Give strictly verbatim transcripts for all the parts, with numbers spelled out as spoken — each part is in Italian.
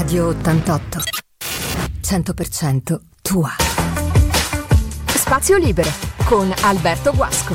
Radio ottantotto, cento per cento tua. Spazio libero con Alberto Guasco.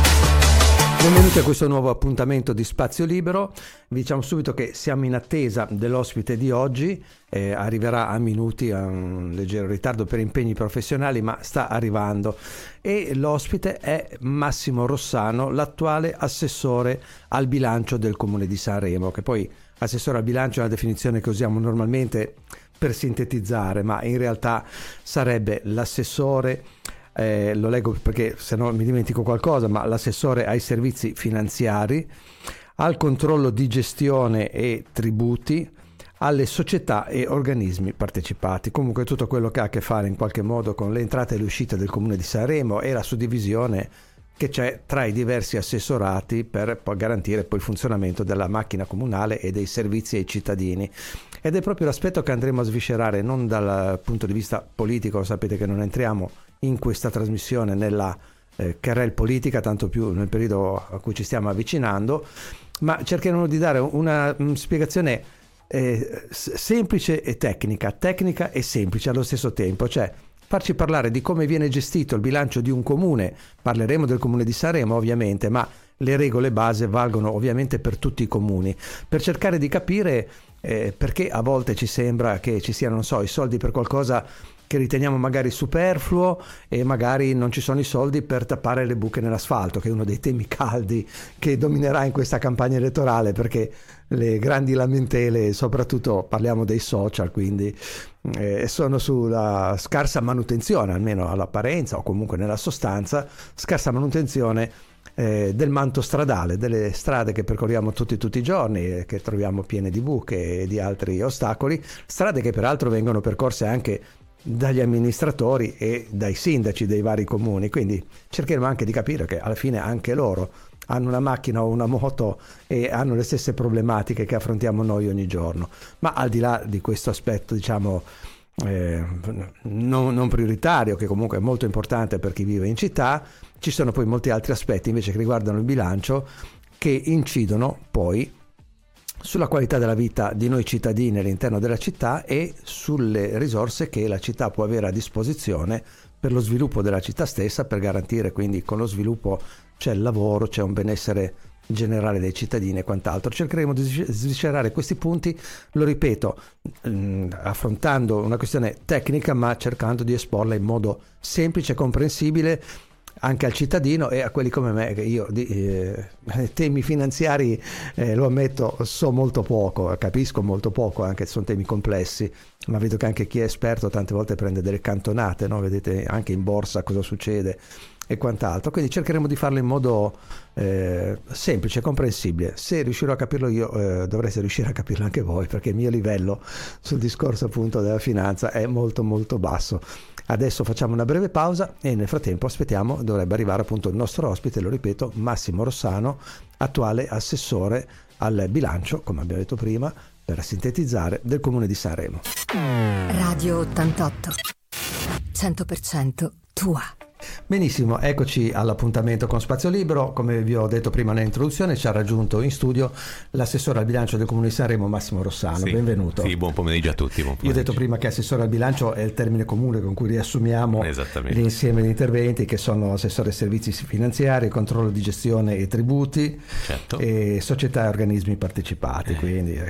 Benvenuti a questo nuovo appuntamento di Spazio Libero. Vi diciamo subito che siamo in attesa dell'ospite di oggi, eh, arriverà a minuti, a un leggero ritardo per impegni professionali, ma sta arrivando. E l'ospite è Massimo Rossano, l'attuale assessore al bilancio del Comune di Sanremo, che poi assessore al bilancio è una definizione che usiamo normalmente per sintetizzare, ma in realtà sarebbe l'assessore... Eh, lo leggo perché se no mi dimentico qualcosa, ma l'assessore ai servizi finanziari, al controllo di gestione e tributi, alle società e organismi partecipati. Comunque tutto quello che ha a che fare in qualche modo con le entrate e le uscite del Comune di Sanremo e la suddivisione che c'è tra i diversi assessorati per poi garantire poi il funzionamento della macchina comunale e dei servizi ai cittadini. Ed è proprio l'aspetto che andremo a sviscerare non dal punto di vista politico, sapete che non entriamo in questa trasmissione nella eh, querel politica, tanto più nel periodo a cui ci stiamo avvicinando, ma cercheremo di dare una, una spiegazione eh, semplice e tecnica, tecnica e semplice allo stesso tempo, cioè farci parlare di come viene gestito il bilancio di un comune. Parleremo del Comune di Sanremo ovviamente, ma le regole base valgono ovviamente per tutti i comuni, per cercare di capire eh, perché a volte ci sembra che ci siano, non so, i soldi per qualcosa che riteniamo magari superfluo e magari non ci sono i soldi per tappare le buche nell'asfalto, che è uno dei temi caldi che dominerà in questa campagna elettorale, perché le grandi lamentele, soprattutto parliamo dei social, quindi eh, sono sulla scarsa manutenzione, almeno all'apparenza o comunque nella sostanza, scarsa manutenzione eh, del manto stradale, delle strade che percorriamo tutti tutti i giorni e che troviamo piene di buche e di altri ostacoli, strade che peraltro vengono percorse anche dagli amministratori e dai sindaci dei vari comuni, quindi cercheremo anche di capire che alla fine anche loro hanno una macchina o una moto e hanno le stesse problematiche che affrontiamo noi ogni giorno. Ma al di là di questo aspetto, diciamo eh, non, non prioritario, che comunque è molto importante per chi vive in città, ci sono poi molti altri aspetti invece che riguardano il bilancio, che incidono poi sulla qualità della vita di noi cittadini all'interno della città e sulle risorse che la città può avere a disposizione per lo sviluppo della città stessa, per garantire quindi con lo sviluppo c'è il lavoro, c'è un benessere generale dei cittadini e quant'altro. Cercheremo di sviscerare questi punti, lo ripeto, mh, affrontando una questione tecnica ma cercando di esporla in modo semplice e comprensibile anche al cittadino e a quelli come me, che io di eh, temi finanziari eh, lo ammetto so molto poco, capisco molto poco, anche se sono temi complessi, ma vedo che anche chi è esperto tante volte prende delle cantonate, no? Vedete anche in borsa cosa succede e quant'altro, quindi cercheremo di farlo in modo eh, semplice, comprensibile. Se riuscirò a capirlo io, eh, dovreste riuscire a capirlo anche voi, perché il mio livello sul discorso appunto della finanza è molto molto basso. Adesso facciamo una breve pausa e nel frattempo aspettiamo, dovrebbe arrivare appunto il nostro ospite, lo ripeto, Massimo Rossano, attuale assessore al bilancio, come abbiamo detto prima, per sintetizzare, del Comune di Sanremo. Radio ottantotto, cento per cento tua. Benissimo, eccoci all'appuntamento con Spazio Libero. Come vi ho detto prima nell'introduzione, ci ha raggiunto in studio l'assessore al bilancio del Comune di Sanremo, Massimo Rossano. Sì, benvenuto. Sì, buon pomeriggio a tutti. Buon pomeriggio. Io ho detto prima che assessore al bilancio è il termine comune con cui riassumiamo l'insieme di interventi, che sono assessore ai servizi finanziari, controllo di gestione e tributi, certo, e società e organismi partecipati, quindi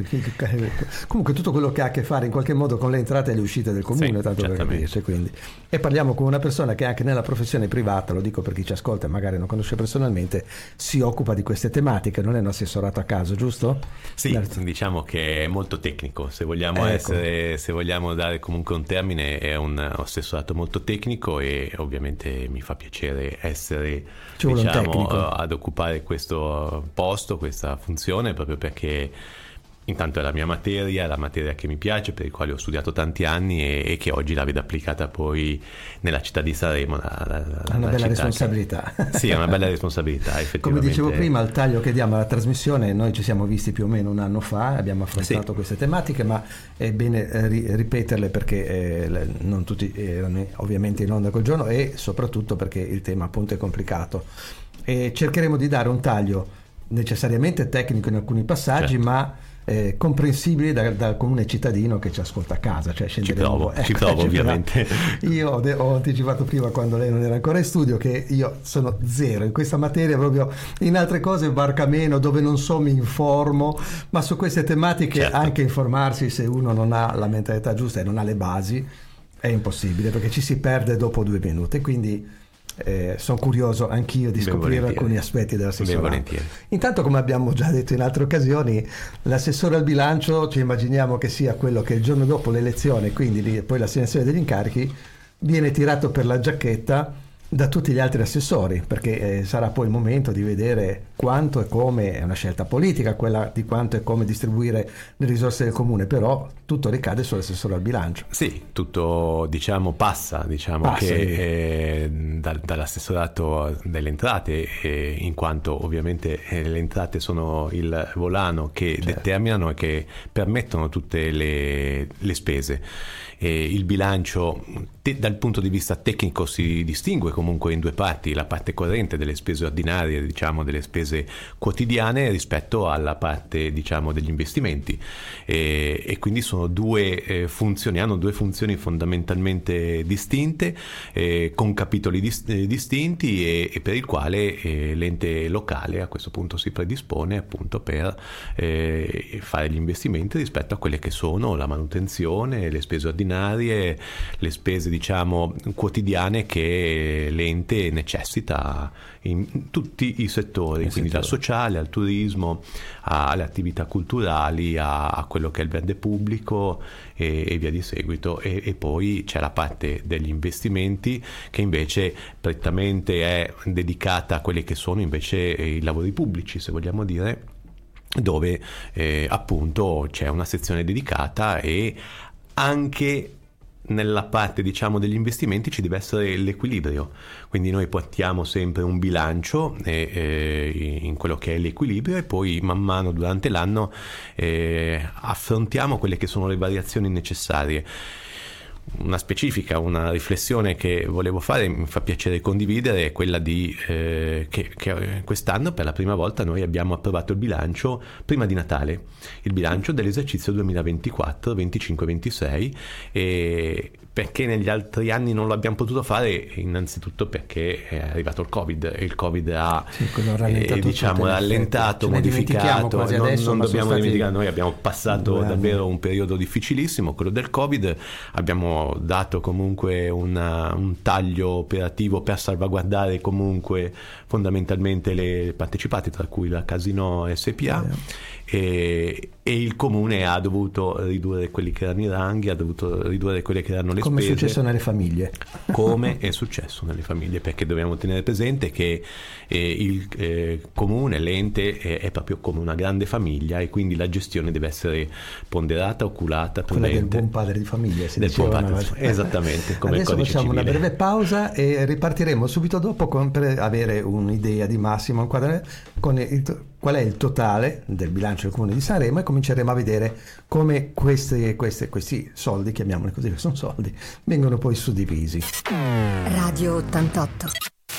comunque tutto quello che ha a che fare in qualche modo con le entrate e le uscite del comune, sì, tanto per capirci, quindi. E parliamo con una persona che anche nella professione privata, lo dico per chi ci ascolta e magari non conosce personalmente, si occupa di queste tematiche, non è un assessorato a caso, giusto? Sì, certo. Diciamo che è molto tecnico, se vogliamo ecco. essere, se vogliamo dare comunque un termine, è un assessorato molto tecnico e ovviamente mi fa piacere essere, diciamo, ad occupare questo posto, questa funzione, proprio perché intanto è la mia materia, è la materia che mi piace, per il quale ho studiato tanti anni e, e che oggi la vedo applicata poi nella città di Sanremo. La, la, la una bella responsabilità. Che, sì, è una bella responsabilità, effettivamente. Come dicevo prima, al taglio che diamo alla trasmissione, noi ci siamo visti più o meno un anno fa, abbiamo affrontato sì. queste tematiche, ma è bene eh, ripeterle perché eh, non tutti erano ovviamente in onda quel giorno e soprattutto perché il tema appunto è complicato. E cercheremo di dare un taglio necessariamente tecnico in alcuni passaggi, certo. ma eh, comprensibili da, dal comune cittadino che ci ascolta a casa, cioè ci provo, ecco, ci provo ovviamente. Io ho, de- ho anticipato prima, quando lei non era ancora in studio, che io sono zero in questa materia, proprio in altre cose barca meno, dove non so mi informo, ma su queste tematiche, certo, anche informarsi, se uno non ha la mentalità giusta e non ha le basi, è impossibile, perché ci si perde dopo due minuti. Quindi eh, sono curioso anch'io di ben scoprire volentieri alcuni aspetti dell'assessorato. Intanto, come abbiamo già detto in altre occasioni, l'assessore al bilancio ci immaginiamo che sia quello che il giorno dopo l'elezione, quindi lì, poi l'assegnazione degli incarichi, viene tirato per la giacchetta da tutti gli altri assessori, perché eh, sarà poi il momento di vedere quanto e come, è una scelta politica quella di quanto e come distribuire le risorse del comune, però tutto ricade sull'assessore al bilancio. Sì, tutto diciamo passa, diciamo passa, che eh, dal, dall'assessorato delle entrate, eh, in quanto ovviamente eh, le entrate sono il volano che, certo, determinano e che permettono tutte le, le spese. E il bilancio te, dal punto di vista tecnico si distingue comunque in due parti: la parte corrente delle spese ordinarie, diciamo delle spese quotidiane, rispetto alla parte diciamo degli investimenti, e, e quindi sono due eh, funzioni, hanno due funzioni fondamentalmente distinte, eh, con capitoli dis- eh, distinti e, e per il quale eh, l'ente locale a questo punto si predispone appunto per eh, fare gli investimenti rispetto a quelle che sono la manutenzione, le spese ordinarie, le spese diciamo quotidiane che l'ente necessita in tutti i settori, il quindi settore, dal sociale al turismo, alle attività culturali, a, a quello che è il verde pubblico e, e via di seguito. E, e poi c'è la parte degli investimenti, che invece prettamente è dedicata a quelli che sono invece i lavori pubblici, se vogliamo dire, dove eh, appunto c'è una sezione dedicata, e anche nella parte diciamo degli investimenti ci deve essere l'equilibrio, quindi noi portiamo sempre un bilancio eh, eh, in quello che è l'equilibrio, e poi man mano durante l'anno eh, affrontiamo quelle che sono le variazioni necessarie. Una specifica, una riflessione che volevo fare, mi fa piacere condividere, è quella di eh, che, che quest'anno per la prima volta noi abbiamo approvato il bilancio prima di Natale, il bilancio dell'esercizio duemilaventiquattro venticinque ventisei, e perché negli altri anni non l'abbiamo potuto fare? Innanzitutto perché è arrivato il Covid, e il Covid ha sì, eh, diciamo rallentato, modificato, non, adesso, non dobbiamo stati... dimenticare, noi abbiamo passato davvero un periodo difficilissimo, quello del Covid. Abbiamo dato comunque una, un taglio operativo per salvaguardare comunque fondamentalmente le partecipate, tra cui la Casino S P A, e, e il comune ha dovuto ridurre quelli che erano i ranghi, ha dovuto ridurre quelle che erano le come spese. Come è successo nelle famiglie. Come è successo nelle famiglie, perché dobbiamo tenere presente che eh, il eh, comune, l'ente è, è proprio come una grande famiglia, e quindi la gestione deve essere ponderata, oculata, prudente. Quella del buon padre di famiglia, si del diceva buon padre, esattamente, come adesso il codice facciamo civile. Una breve pausa e ripartiremo subito dopo con, per avere un'idea di massimo con il, qual è il totale del bilancio del comune di Sanremo, e cominceremo a vedere come queste, queste, questi soldi, chiamiamoli così, che sono soldi, vengono poi suddivisi. Radio ottantotto,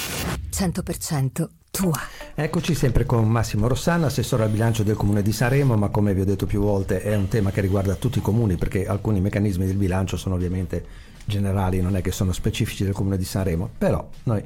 cento per cento tua. Eccoci sempre con Massimo Rossana, assessore al bilancio del comune di Sanremo, ma come vi ho detto più volte è un tema che riguarda tutti i comuni, perché alcuni meccanismi del bilancio sono ovviamente generali, non è che sono specifici del comune di Sanremo, però noi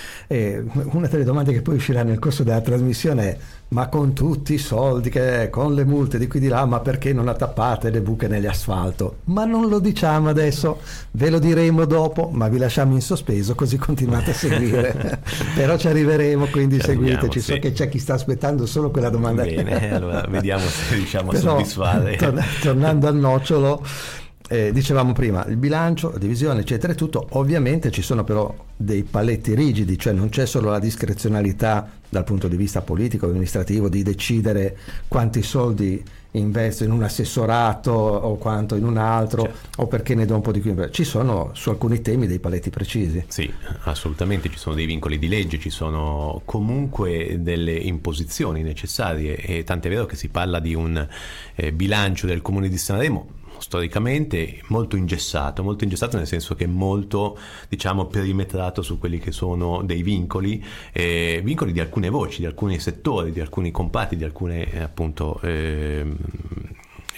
eh, una delle domande che poi uscirà nel corso della trasmissione è: ma con tutti i soldi, che con le multe di qui di là, ma perché non tappate le buche negli asfalto? Ma non lo diciamo adesso, ve lo diremo dopo, ma vi lasciamo in sospeso, così continuate a seguire. Però ci arriveremo, quindi ci seguiteci. Sì. So che c'è chi sta aspettando solo quella domanda. Bene, allora vediamo se riusciamo a soddisfare. Torn- tornando al nocciolo, Eh, dicevamo prima, il bilancio, la divisione, eccetera, e tutto. Ovviamente ci sono però dei paletti rigidi, cioè non c'è solo la discrezionalità dal punto di vista politico, amministrativo, di decidere quanti soldi investo in un assessorato o quanto in un altro, certo, o perché ne do un po' di più. Ci sono su alcuni temi dei paletti precisi. Sì, assolutamente, ci sono dei vincoli di legge, ci sono comunque delle imposizioni necessarie, e tant'è vero che si parla di un eh, bilancio del comune di Sanremo storicamente molto ingessato, molto ingessato nel senso che molto, diciamo, perimetrato su quelli che sono dei vincoli, eh, vincoli di alcune voci, di alcuni settori, di alcuni comparti, di alcune eh, appunto eh,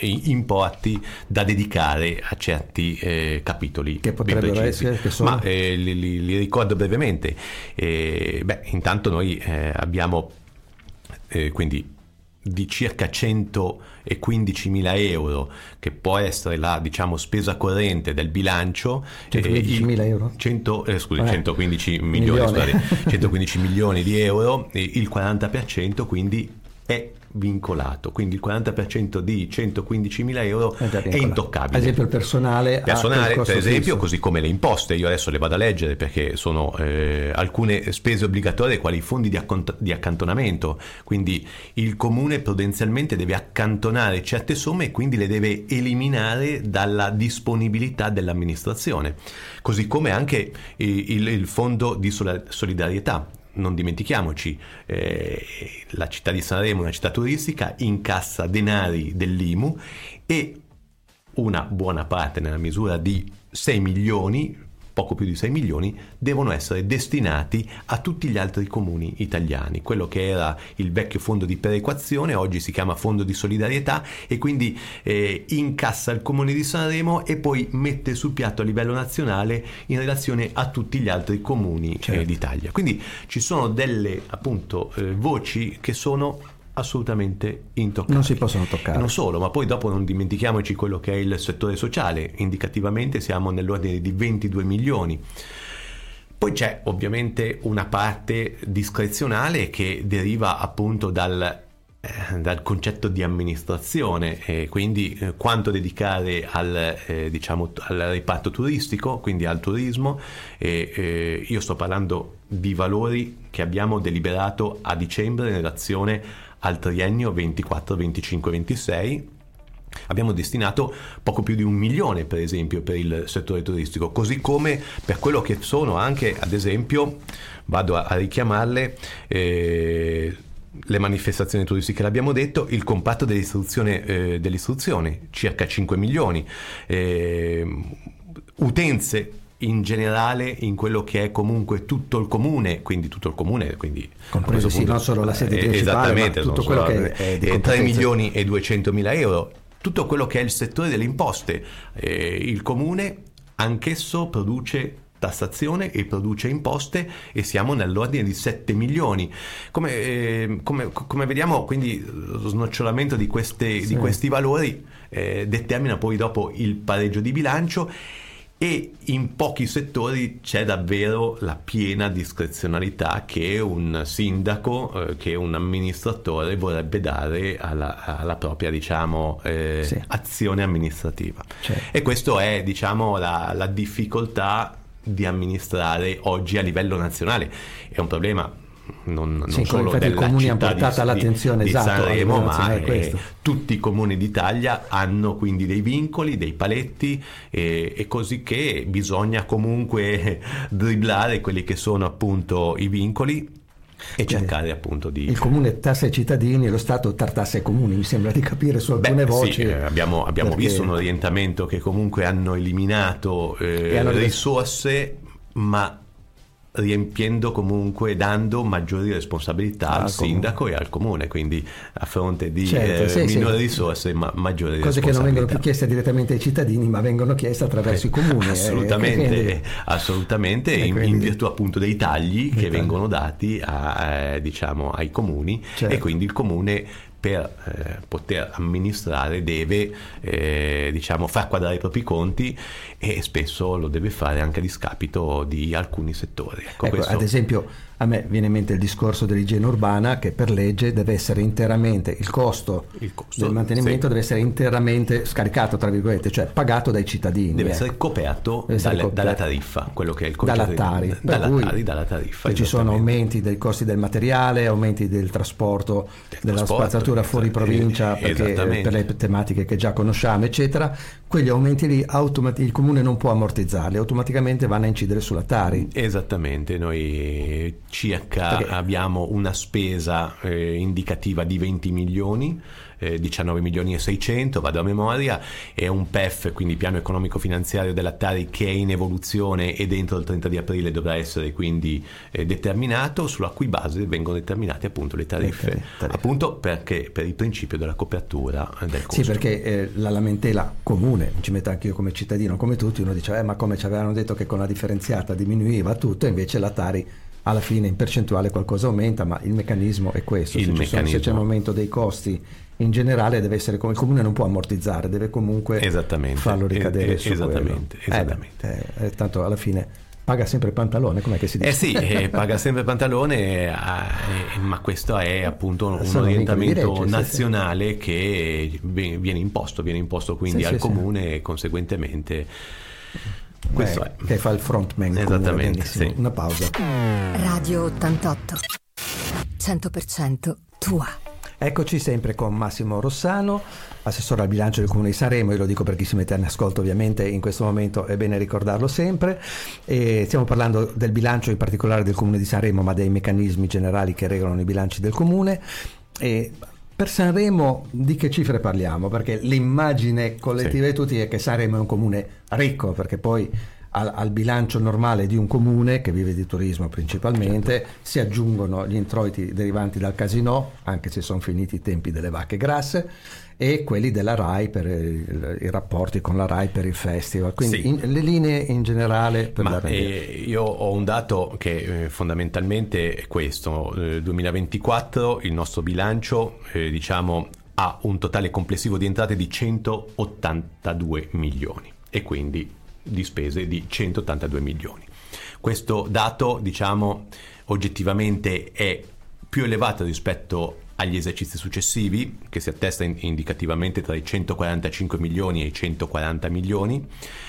importi da dedicare a certi eh, capitoli che potrebbero essere, che sono? Ma eh, li, li, li ricordo brevemente. Eh, beh, intanto noi eh, abbiamo eh, quindi di circa centoquindicimila euro, che può essere la, diciamo, spesa corrente del bilancio. centoquindicimila euro? cento, eh, scusi, eh, centoquindici milioni, scusate, centoquindici milioni di euro, e il quaranta per cento quindi è vincolato, quindi il quaranta per cento di centoquindicimila euro è, è intoccabile. Ad esempio il personale, personale per esempio, fisso. Così come le imposte, io adesso le vado a leggere perché sono eh, alcune spese obbligatorie quali i fondi di, accont- di accantonamento, quindi il comune prudenzialmente deve accantonare certe somme e quindi le deve eliminare dalla disponibilità dell'amministrazione, così come anche il, il, il fondo di solidarietà. Non dimentichiamoci, eh, la città di Sanremo è una città turistica, incassa denari dell'I M U e una buona parte, nella misura di sei milioni, poco più di sei milioni, devono essere destinati a tutti gli altri comuni italiani. Quello che era il vecchio fondo di perequazione oggi si chiama fondo di solidarietà, e quindi eh, incassa il comune di Sanremo e poi mette sul piatto a livello nazionale in relazione a tutti gli altri comuni certo. eh, d'Italia. Quindi ci sono delle appunto eh, voci che sono assolutamente intoccabili. Non si possono toccare. E non solo, ma poi dopo non dimentichiamoci quello che è il settore sociale. Indicativamente siamo nell'ordine di ventidue milioni. Poi c'è ovviamente una parte discrezionale che deriva appunto dal eh, dal concetto di amministrazione, e quindi eh, quanto dedicare al eh, diciamo al riparto turistico, quindi al turismo. E, eh, io sto parlando di valori che abbiamo deliberato a dicembre in relazione al triennio ventiquattro venticinque ventisei. Abbiamo destinato poco più di un milione, per esempio, per il settore turistico, così come per quello che sono anche, ad esempio, vado a, a richiamarle, eh, le manifestazioni turistiche, l'abbiamo detto, il comparto dell'istruzione, eh, dell'istruzione circa cinque milioni, eh, utenze in generale in quello che è comunque tutto il comune, quindi tutto il comune, quindi compreso sì, non solo la sede principale, esattamente, ma tutto quello che è di tre milioni e duecentomila euro, tutto quello che è il settore delle imposte. Eh, il comune anch'esso produce tassazione e produce imposte, e siamo nell'ordine di sette milioni. Come, eh, come, come vediamo, quindi lo snocciolamento di, queste, sì. di questi valori eh, determina poi dopo il pareggio di bilancio, e in pochi settori c'è davvero la piena discrezionalità che un sindaco, eh, che un amministratore vorrebbe dare alla, alla propria, diciamo, eh, sì. azione amministrativa. Certo. E questo è, diciamo, la, la difficoltà di amministrare oggi a livello nazionale. È un problema non, non sì, solo della i comuni hanno portato all'attenzione, di, esatto, di Sanremo, ma eh, tutti i comuni d'Italia hanno quindi dei vincoli, dei paletti, eh, e così che bisogna comunque dribblare quelli che sono appunto i vincoli e cercare eh, appunto di... Il comune tassa ai cittadini e lo Stato tartassa ai comuni, mi sembra di capire su alcune Beh, voci. Sì, eh, abbiamo, abbiamo perché... visto un orientamento che comunque hanno eliminato eh, hanno risorse, ma riempiendo comunque, dando maggiori responsabilità ah, al sindaco e al comune, quindi a fronte di certo, eh, sì, minori sì. risorse, ma maggiori cose responsabilità. Che non vengono più chieste direttamente ai cittadini, ma vengono chieste attraverso eh, i comuni. Assolutamente, eh, quindi... assolutamente in, quindi... in virtù appunto dei tagli che vengono dati a, eh, diciamo, ai comuni, certo. E quindi il comune, per eh, poter amministrare, deve eh, diciamo far quadrare i propri conti, e spesso lo deve fare anche a discapito di alcuni settori. Ecco, ecco, questo... ad esempio a me viene in mente il discorso dell'igiene urbana, che per legge deve essere interamente, il costo, il costo del mantenimento sì. deve essere interamente scaricato, tra virgolette, cioè pagato dai cittadini. Deve ecco. essere coperto, deve essere dalle, coperto dalla tariffa, quello che è il dalla Tari, di, dalla, tari dalla tariffa. Ci sono aumenti dei costi del materiale, aumenti del trasporto, del della trasporto, spazzatura fuori provincia, eh, perché, per le tematiche che già conosciamo, eccetera. Quegli aumenti lì automat- il comune non può ammortizzarli, automaticamente vanno a incidere sulla Tari. Esattamente, noi circa perché... abbiamo una spesa eh, indicativa di venti milioni, eh, diciannove milioni e seicento, vado a memoria, e un P E F, quindi piano economico finanziario della Tari, che è in evoluzione e dentro il trenta di aprile dovrà essere quindi eh, determinato, sulla cui base vengono determinate appunto le tariffe, le tariffe. appunto perché per il principio della copertura del costo. Sì, perché eh, la lamentela comune, ci metto anche io come cittadino, come tutti, uno dice eh, ma come ci avevano detto che con la differenziata diminuiva tutto, invece la Tari alla fine in percentuale qualcosa aumenta, ma il meccanismo è questo, il se, meccanismo. Sono, se c'è un aumento dei costi in generale deve essere come il comune non può ammortizzare, deve comunque farlo ricadere eh, su esattamente, quello. esattamente. Eh, beh, eh, tanto alla fine paga sempre il pantalone, com'è che si dice? Eh sì, eh, paga sempre il pantalone, eh, ma questo è appunto un, un orientamento legge, nazionale sì, sì. che viene imposto, viene imposto quindi sì, al sì, comune sì. e conseguentemente questo eh, è. Che fa il frontman. Esattamente, sì. Una pausa. Radio ottantotto, cento per cento tua. Eccoci sempre con Massimo Rossano, assessore al bilancio del Comune di Sanremo. Io lo dico per chi si mette in ascolto, ovviamente in questo momento è bene ricordarlo sempre. E stiamo parlando del bilancio, in particolare del Comune di Sanremo, ma dei meccanismi generali che regolano i bilanci del Comune. E per Sanremo di che cifre parliamo? Perché l'immagine collettiva sì. di tutti è che Sanremo è un comune ricco, perché poi al, al bilancio normale di un comune che vive di turismo principalmente certo. si aggiungono gli introiti derivanti dal casinò, anche se sono finiti i tempi delle vacche grasse, e quelli della RAI per il, i rapporti con la RAI per il festival, quindi sì. in, le linee in generale per Ma la RAI. Eh, io ho un dato che eh, fondamentalmente è questo: eh, duemilaventiquattro il nostro bilancio eh, diciamo ha un totale complessivo di entrate di centottantadue milioni e quindi di spese di centottantadue milioni. Questo dato diciamo oggettivamente è più elevato rispetto agli esercizi successivi, che si attesta in, indicativamente tra i centoquarantacinque milioni e i centoquaranta milioni,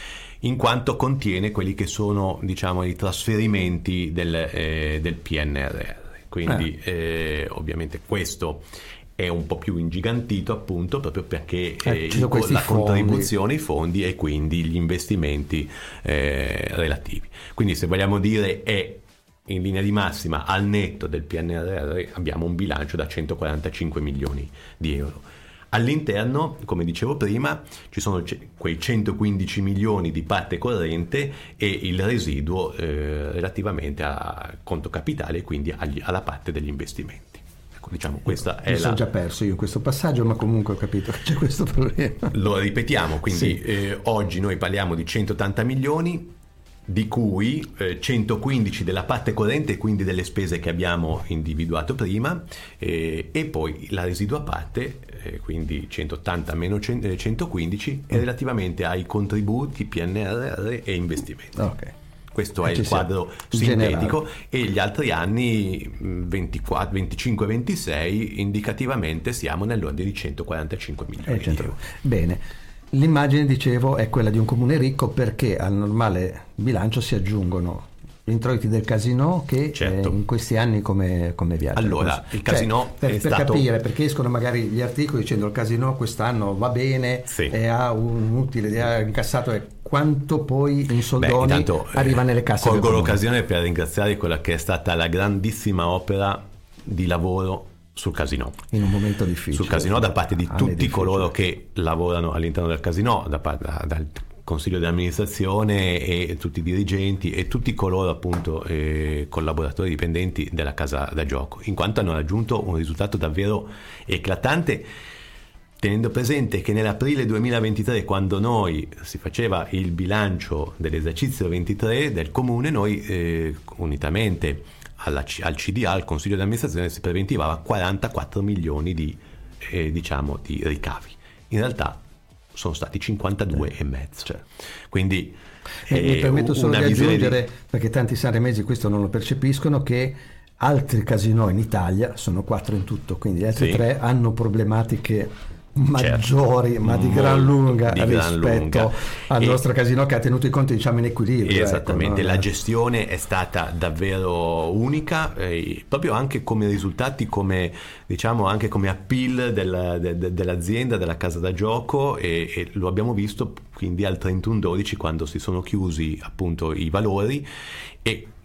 in quanto contiene quelli che sono diciamo i trasferimenti del, eh, del P N R R. Quindi eh. Eh, ovviamente questo è un po' più ingigantito appunto proprio perché eh, il, la fondi. contribuzione, i fondi e quindi gli investimenti eh, relativi. Quindi se vogliamo dire è in linea di massima al netto del P N R R abbiamo un bilancio da centoquarantacinque milioni di euro. All'interno, come dicevo prima, ci sono quei centoquindici milioni di parte corrente e il residuo eh, relativamente a conto capitale, quindi agli, alla parte degli investimenti. Diciamo, questa è mi la... sono già perso io in questo passaggio, ma comunque ho capito che c'è questo problema. Lo ripetiamo, quindi sì. eh, oggi noi parliamo di centottanta milioni, di cui eh, centoquindici della parte corrente, quindi delle spese che abbiamo individuato prima, eh, e poi la residua parte, eh, quindi centottanta meno centoquindici, mm. è relativamente ai contributi P N R R e investimenti. Ok. Questo è il quadro sintetico e gli altri anni ventiquattro, venticinque, ventisei indicativamente siamo nell'ordine di centoquarantacinque milioni di euro. Bene, l'immagine dicevo è quella di un comune ricco perché al normale bilancio si aggiungono gli introiti del casinò che certo. eh, in questi anni come, come viaggiano. Allora, il casinò cioè, per, è per stato... capire, perché escono magari gli articoli dicendo il casinò quest'anno va bene sì. e ha un utile, ha incassato e quanto poi in soldoni Beh, intanto, arriva nelle casse. Colgo l'occasione per ringraziare quella che è stata la grandissima opera di lavoro sul casinò. In un momento difficile. Sul casinò da parte di tutti difficili. coloro che lavorano all'interno del casinò, da, da, dal consiglio di amministrazione e tutti i dirigenti e tutti coloro appunto eh, collaboratori dipendenti della casa da gioco, in quanto hanno raggiunto un risultato davvero eclatante, tenendo presente che nell'aprile duemilaventitré, quando noi si faceva il bilancio dell'esercizio ventitré del comune, noi eh, unitamente alla, al C D A, al consiglio di amministrazione, si preventivava quarantaquattro milioni di eh, diciamo di ricavi. In realtà sono stati cinquantadue eh. e mezzo, cioè, quindi e eh, mi permetto solo di aggiungere di... perché tanti sanremesi questo non lo percepiscono, che altri casinò in Italia sono quattro in tutto, quindi gli altri sì. tre hanno problematiche maggiori, certo. ma di gran lunga di rispetto gran lunga. al e nostro casinò, che ha tenuto i conti diciamo in equilibrio. Esattamente, ecco, no? La gestione è stata davvero unica, eh, proprio anche come risultati, come diciamo anche come appeal della, de, de, dell'azienda, della casa da gioco, e, e lo abbiamo visto quindi al trentuno dodici quando si sono chiusi appunto i valori, e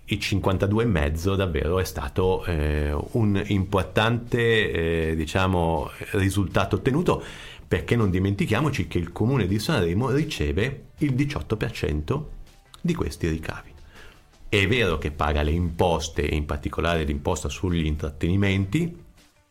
il cinquantadue virgola cinque davvero è stato eh, un importante eh, diciamo risultato ottenuto, perché non dimentichiamoci che il Comune di Sanremo riceve il diciotto per cento di questi ricavi. È vero che paga le imposte, in particolare l'imposta sugli intrattenimenti,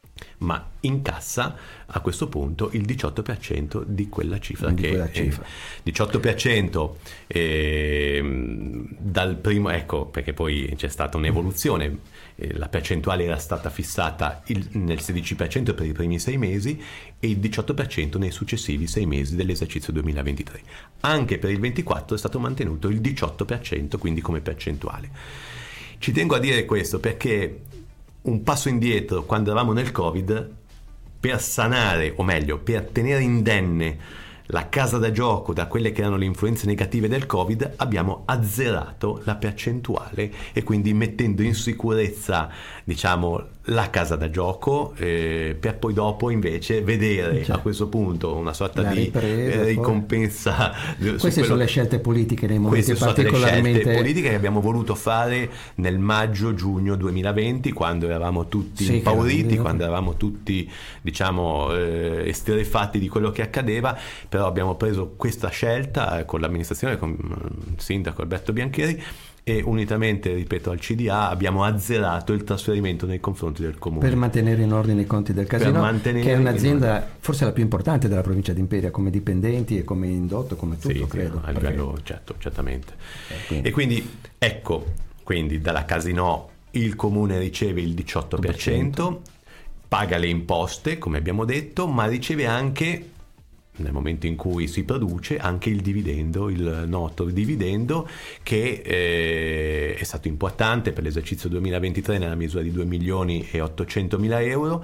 ma incassa a questo punto il diciotto per cento di quella cifra, di che quella è cifra. diciotto per cento eh, dal primo, ecco, perché poi c'è stata un'evoluzione, eh, la percentuale era stata fissata il, nel sedici per cento per i primi sei mesi e il diciotto per cento nei successivi sei mesi dell'esercizio duemilaventitré. Anche per il ventiquattro è stato mantenuto il diciotto per cento, quindi come percentuale. Ci tengo a dire questo perché un passo indietro, quando eravamo nel Covid, per sanare, o meglio, per tenere indenne la casa da gioco da quelle che erano le influenze negative del Covid, abbiamo azzerato la percentuale e quindi mettendo in sicurezza, diciamo, la casa da gioco, eh, per poi dopo invece vedere, cioè, a questo punto una sorta di ripresa, ricompensa. Queste quello... sono le scelte politiche nei momenti particolarmente... Queste sono le scelte politiche che abbiamo voluto fare nel maggio-giugno duemilaventi, quando eravamo tutti sì, impauriti, che... quando eravamo tutti, diciamo, eh, esterrefatti di quello che accadeva. Però abbiamo preso questa scelta con l'amministrazione, con il sindaco Alberto Biancheri, e unitamente, ripeto, al C D A abbiamo azzerato il trasferimento nei confronti del comune. Per mantenere in ordine i conti del casino, che è un'azienda forse la più importante della provincia di Imperia, come dipendenti e come indotto, come tutto, sì, credo. Sì, a livello, perché... certo, certamente. Eh, quindi. E quindi, ecco, quindi dalla Casinò il comune riceve il diciotto per cento, paga le imposte, come abbiamo detto, ma riceve anche, nel momento in cui si produce, anche il dividendo, il noto dividendo, che eh, è stato importante per l'esercizio duemilaventitré nella misura di due milioni e ottocentomila euro,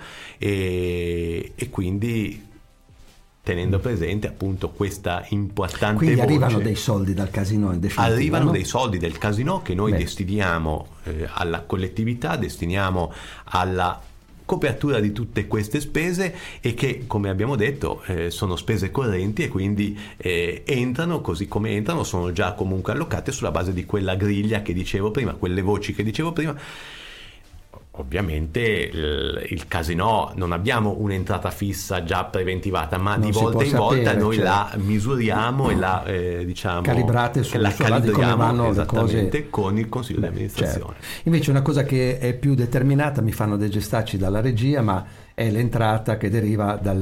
e, e quindi tenendo presente appunto questa importante quindi voce. Arrivano dei soldi dal casino in definitiva, arrivano no? dei soldi del casino che noi Beh. destiniamo eh, alla collettività, destiniamo alla copertura di tutte queste spese, e che, come abbiamo detto, eh, sono spese correnti e quindi eh, entrano così come entrano, sono già comunque allocate sulla base di quella griglia che dicevo prima, quelle voci che dicevo prima. Ovviamente il, il Casinò non abbiamo un'entrata fissa già preventivata, ma non di volta in sapere, volta noi cioè, la misuriamo e la eh, diciamo calibrate su, la calibriamo come vanno esattamente le cose con il consiglio di amministrazione. Certo. Invece una cosa che è più determinata, mi fanno dei gestacci dalla regia, ma è l'entrata che deriva dal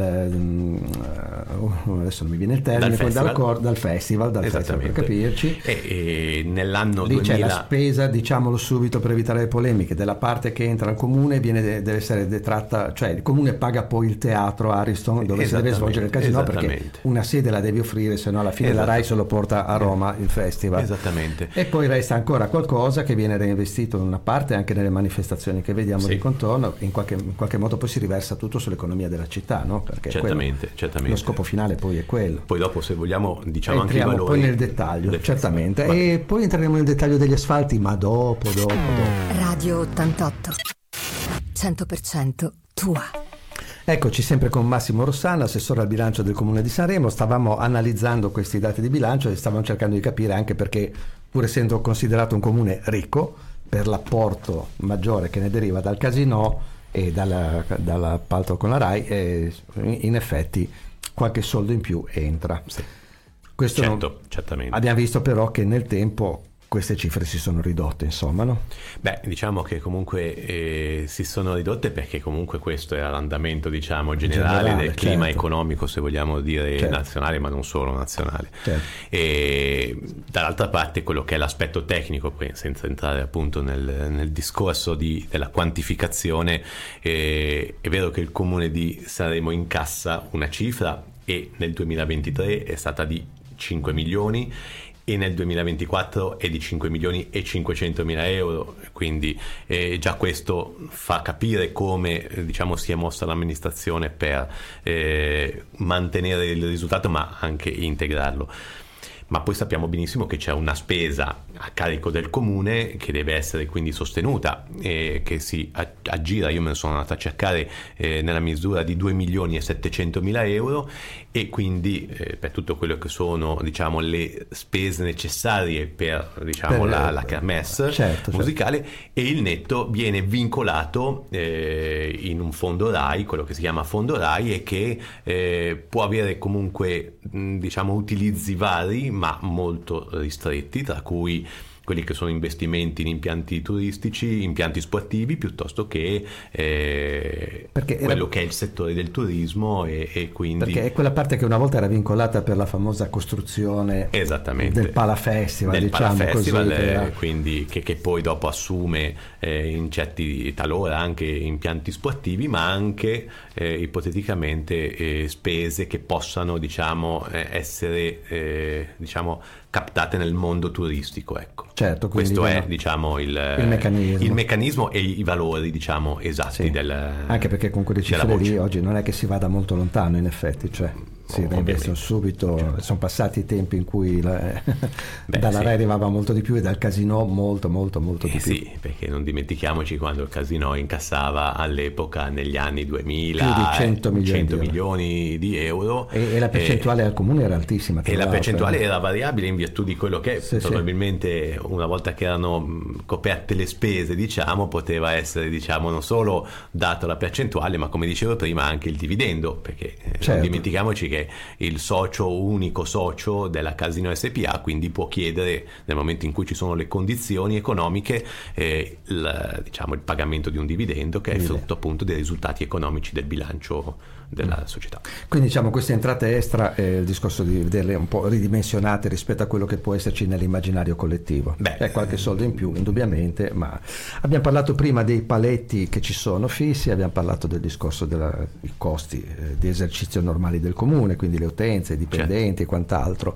uh, adesso non mi viene il termine, dal festival, dal, dal festival, dal festival per capirci. E, e nell'anno lì duemila c'è la spesa, diciamolo subito per evitare le polemiche, della parte che entra al comune viene, deve essere detratta, cioè il comune paga poi il teatro Ariston dove si deve svolgere il casino, perché una sede la devi offrire, se no alla fine la Rai se lo porta a Roma il festival. Esattamente. E poi resta ancora qualcosa che viene reinvestito in una parte anche nelle manifestazioni che vediamo sì. di contorno, in qualche, in qualche modo poi si riversa tutto sull'economia della città, no? Perché certamente, quello, certamente. Lo scopo finale poi è quello. Poi dopo, se vogliamo, diciamo entriamo anche i valori poi nel dettaglio, del certamente. E poi entreremo nel dettaglio degli asfalti, ma dopo, dopo, dopo. Radio ottantotto, cento per cento tua. Eccoci sempre con Massimo Rossana, assessore al bilancio del Comune di Sanremo. Stavamo analizzando questi dati di bilancio e stavamo cercando di capire anche perché, pur essendo considerato un comune ricco, per l'apporto maggiore che ne deriva dal casino e dalla, dall'appalto con la Rai, eh, in effetti qualche soldo in più entra. Sì. Questo certo, non... certamente. Abbiamo visto però che nel tempo queste cifre si sono ridotte, insomma, no? Beh, diciamo che comunque eh, si sono ridotte perché comunque questo era l'andamento, diciamo, generale, generale del clima certo. economico, se vogliamo dire certo. nazionale, ma non solo nazionale. Certo. E dall'altra parte quello che è l'aspetto tecnico, poi senza entrare appunto nel, nel discorso di, della quantificazione, eh, è vero che il comune di Sanremo incassa una cifra e nel duemilaventitré è stata di cinque milioni e nel duemilaventiquattro è di cinque milioni e cinquecentomila euro, quindi eh, già questo fa capire come eh, diciamo si è mossa l'amministrazione per eh, mantenere il risultato ma anche integrarlo. ma poi sappiamo benissimo che c'è una spesa a carico del comune che deve essere quindi sostenuta e che si aggira, io me ne sono andato a cercare eh, nella misura di due milioni e settecentomila euro, e quindi eh, per tutto quello che sono, diciamo, le spese necessarie per, diciamo, per, la, la kermesse certo, musicale, certo. E il netto viene vincolato eh, in un fondo RAI, quello che si chiama fondo RAI, e che eh, può avere comunque mh, diciamo utilizzi vari ma molto ristretti, tra cui quelli che sono investimenti in impianti turistici, impianti sportivi, piuttosto che eh, quello era... che è il settore del turismo, e, e quindi... Perché è quella parte che una volta era vincolata per la famosa costruzione del Pala Festival, del diciamo Pala Festival, così, eh, quindi che, che poi dopo assume eh, in certi talora anche impianti sportivi, ma anche eh, ipoteticamente eh, spese che possano, diciamo, eh, essere eh, diciamo captate nel mondo turistico, ecco. Certo, questo è, no, diciamo, il, il, meccanismo. il meccanismo e i valori, diciamo, esatti, sì. del, anche perché con quelle cifre lì oggi non è che si vada molto lontano, in effetti, cioè si reinvestono subito, certo. Sono passati i tempi in cui la, Beh, dalla sì. RAI arrivava molto di più e dal casino molto molto molto di eh, più. Sì, perché non dimentichiamoci quando il casino incassava all'epoca negli anni duemila più di cento milioni, cento di, milioni di euro, e, e la percentuale eh, al comune era altissima, e la percentuale era variabile in virtù di quello che sì, probabilmente sì. una volta che erano coperte le spese, diciamo, poteva essere, diciamo, non solo dato la percentuale, ma come dicevo prima anche il dividendo, perché certo. non dimentichiamoci che il socio, unico socio della Casino S P A, quindi può chiedere, nel momento in cui ci sono le condizioni economiche, eh, il, diciamo, il pagamento di un dividendo che è Mille. frutto appunto dei risultati economici del bilancio della società. Quindi, diciamo, queste entrate extra è il discorso di vederle un po' ridimensionate rispetto a quello che può esserci nell'immaginario collettivo. Beh, è qualche soldo in più indubbiamente, ma abbiamo parlato prima dei paletti che ci sono fissi, abbiamo parlato del discorso dei costi eh, di esercizio normali del comune, quindi le utenze, i dipendenti, certo. e quant'altro,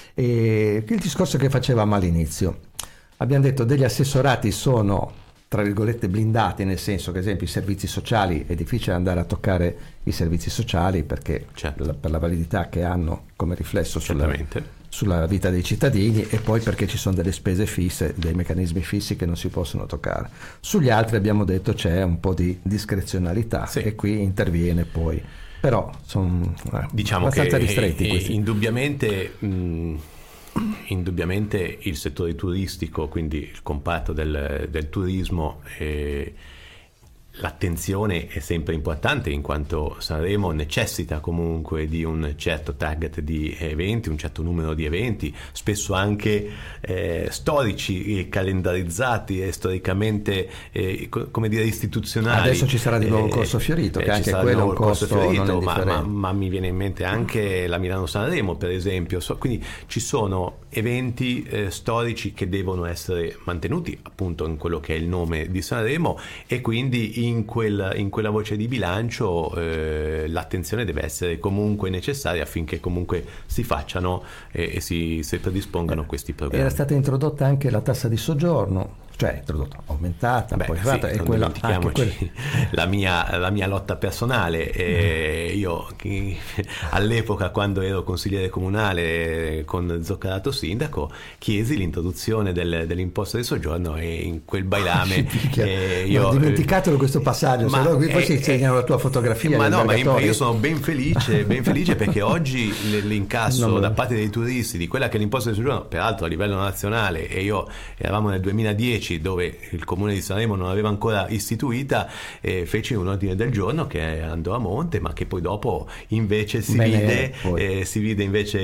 e il discorso che facevamo all'inizio, abbiamo detto degli assessorati sono tra virgolette blindati, nel senso che, ad esempio, i servizi sociali è difficile andare a toccare i servizi sociali perché certo. la, per la validità che hanno come riflesso sulla, sulla vita dei cittadini, e poi perché ci sono delle spese fisse, dei meccanismi fissi che non si possono toccare. Sugli altri abbiamo detto c'è un po' di discrezionalità, sì. e qui interviene poi, però sono eh, diciamo abbastanza che ristretti è, questi. Indubbiamente mh... Indubbiamente il settore turistico, quindi il comparto del, del turismo, eh, l'attenzione è sempre importante, in quanto Sanremo necessita comunque di un certo target di eventi, un certo numero di eventi, spesso anche eh, storici e calendarizzati e storicamente eh, co- come dire istituzionali. Adesso ci sarà di nuovo un corso Fiorito, eh, che anche quello è un costo Fiorito, non ma, ma, ma mi viene in mente anche la Milano Sanremo, per esempio. So, quindi ci sono eventi eh, storici che devono essere mantenuti appunto in quello che è il nome di Sanremo, e quindi in, quel, in quella voce di bilancio eh, l'attenzione deve essere comunque necessaria affinché comunque si facciano eh, e si, si predispongano eh, questi programmi. Era stata introdotta anche la tassa di soggiorno, cioè introdotta, aumentata, Beh, poi sì, fatta, e quella, anche quella... la, mia, la mia lotta personale. Eh, io chi, all'epoca, quando ero consigliere comunale con Zoccarato sindaco, chiesi l'introduzione del, dell'imposta di soggiorno, e in quel bailame eh, io ho dimenticato questo passaggio, ma, se no, poi eh, si insegnano eh, la tua fotografia. Ma no, ma io, io sono ben felice, ben felice perché oggi l'incasso no, da parte dei turisti di quella che è l'imposta di soggiorno, peraltro a livello nazionale, e io eravamo nel duemiladieci dove il comune di Sanremo non aveva ancora istituita, eh, feci un ordine del giorno che andò a monte, ma che poi dopo invece si Bene, vide eh, si vide invece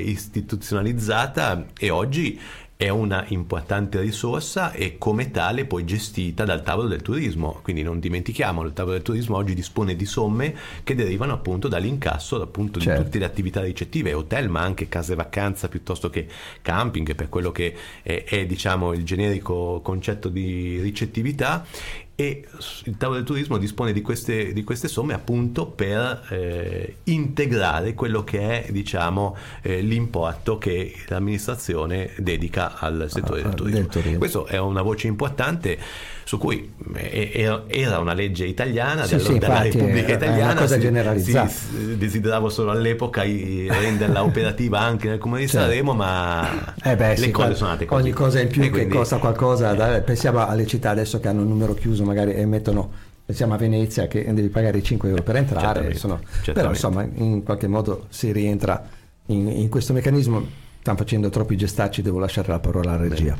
istituzionalizzata, e oggi è una importante risorsa e come tale poi gestita dal tavolo del turismo. Quindi non dimentichiamolo, il tavolo del turismo oggi dispone di somme che derivano appunto dall'incasso appunto certo. di tutte le attività ricettive, hotel, ma anche case vacanza piuttosto che camping, per quello che è, è diciamo il generico concetto di ricettività. e il tavolo del turismo dispone di queste, di queste somme appunto per eh, integrare quello che è, diciamo, eh, l'importo che l'amministrazione dedica al settore ah, del, turismo. del turismo. Questo è una voce importante su cui era una legge italiana sì, della, sì, della Repubblica Italiana, è una cosa generalizzata. Si, desideravo solo all'epoca renderla operativa anche nel Comune di certo. Sanremo, ma eh beh, le sì, cose sono andate così. Ogni cosa in più e che quindi, costa qualcosa, da, pensiamo alle città adesso che hanno un numero chiuso magari e mettono, pensiamo a Venezia che devi pagare i cinque euro per entrare, certamente, sono, certamente. Però insomma in qualche modo si rientra in, in questo meccanismo. Stanno facendo troppi gestacci, devo lasciare la parola alla regia.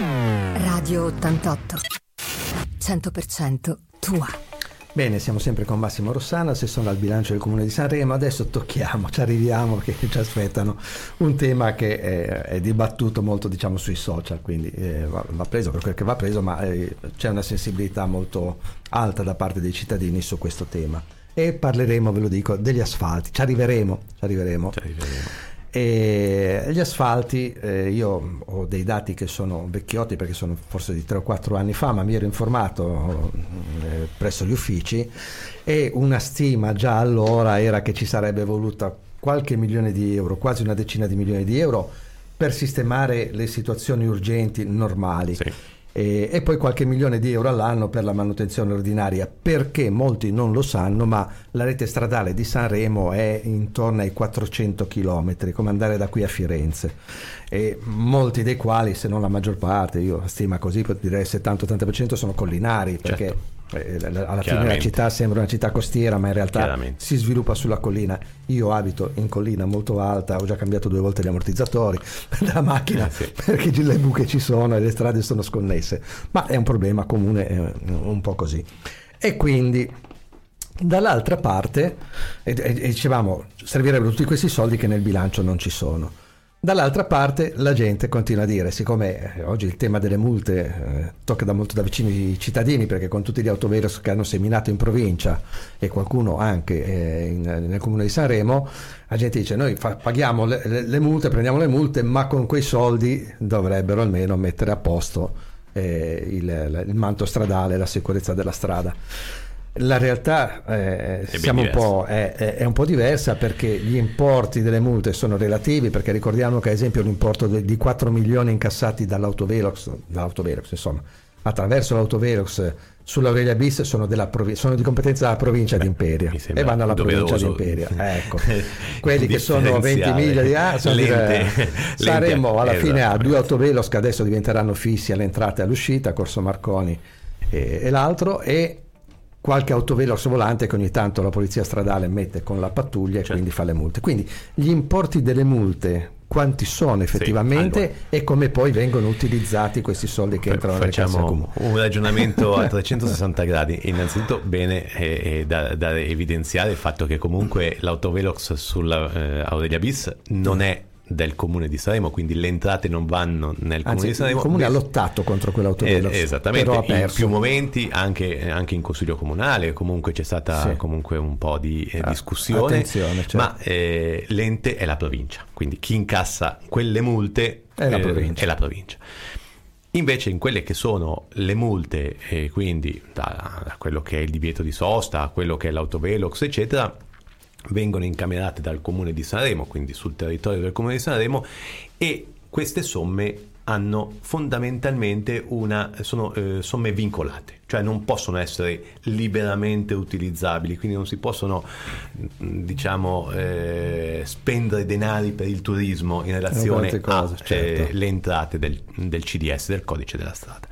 Radio ottantotto cento per cento tua. Bene, siamo sempre con Massimo Rossana, assessore al bilancio del Comune di Sanremo. Adesso tocchiamo, ci arriviamo, che ci aspettano un tema che è, è dibattuto molto, diciamo, sui social, quindi eh, va, va preso per quel che va preso, ma eh, c'è una sensibilità molto alta da parte dei cittadini su questo tema. E parleremo, ve lo dico, degli asfalti. Ci arriveremo, ci arriveremo. Ci arriveremo. E gli asfalti, eh, io ho dei dati che sono vecchiotti perché sono forse di tre o quattro anni fa, ma mi ero informato eh, presso gli uffici e una stima già allora era che ci sarebbe voluta qualche milione di euro, quasi una decina di milioni di euro per sistemare le situazioni urgenti normali. Sì. E, e poi qualche milione di euro all'anno per la manutenzione ordinaria, perché molti non lo sanno, ma la rete stradale di Sanremo è intorno ai quattrocento chilometri, come andare da qui a Firenze, e molti dei quali, se non la maggior parte, io stima così, direi il settanta ottanta per cento sono collinari, perché certo. Alla fine la città sembra una città costiera, ma in realtà si sviluppa sulla collina. Io abito in collina molto alta, ho già cambiato due volte gli ammortizzatori della macchina, eh sì. perché le buche ci sono e le strade sono sconnesse, ma è un problema comune, è un po' così. E quindi dall'altra parte e, e, e dicevamo servirebbero tutti questi soldi che nel bilancio non ci sono. Dall'altra parte la gente continua a dire, siccome oggi il tema delle multe eh, tocca da molto da vicino i cittadini, perché con tutti gli autovelox che hanno seminato in provincia e qualcuno anche eh, in, nel comune di Sanremo, la gente dice noi fa, paghiamo le, le, le multe, prendiamo le multe, ma con quei soldi dovrebbero almeno mettere a posto eh, il, il manto stradale, la sicurezza della strada. La realtà eh, siamo un po', è, è, è un po' diversa, perché gli importi delle multe sono relativi, perché ricordiamo che ad esempio l'importo de, di quattro milioni incassati dall'autovelox, dall'autovelox insomma, attraverso l'autovelox sull'Aurelia Bis sono, della provi- sono di competenza della provincia Beh, di Imperia e vanno alla provincia di Imperia. Ecco, quelli che sono venti miglia di ah, sono lente, dire, Sanremo alla fine ha due autovelox che adesso diventeranno fissi all'entrata e all'uscita, Corso Marconi e, e l'altro, e qualche autovelox volante che ogni tanto la polizia stradale mette con la pattuglia e certo. quindi fa le multe. Quindi gli importi delle multe quanti sono effettivamente sì, allora. E come poi vengono utilizzati questi soldi che entrano nelle casse comuni. Facciamo un ragionamento a trecentosessanta gradi. Innanzitutto bene eh, eh, da, da evidenziare il fatto che comunque l'autovelox sulla eh, Aurelia Bis non è del comune di Sanremo, quindi le entrate non vanno nel comune Anzi, di Sanremo. Il comune ha lottato contro quell'autovelox, eh, esattamente, però ha perso. In più momenti anche, anche in consiglio comunale comunque c'è stata sì. comunque un po' di eh, discussione, Attenzione, certo. ma eh, l'ente è la provincia, quindi chi incassa quelle multe è la, eh, è la provincia. Invece in quelle che sono le multe, eh, quindi da, da quello che è il divieto di sosta a quello che è l'autovelox eccetera, vengono incamerate dal comune di Sanremo, quindi sul territorio del comune di Sanremo, e queste somme hanno fondamentalmente una sono eh, somme vincolate, cioè non possono essere liberamente utilizzabili, quindi non si possono diciamo eh, spendere denari per il turismo in relazione alle certo. eh, entrate del, del C D S, del codice della strada,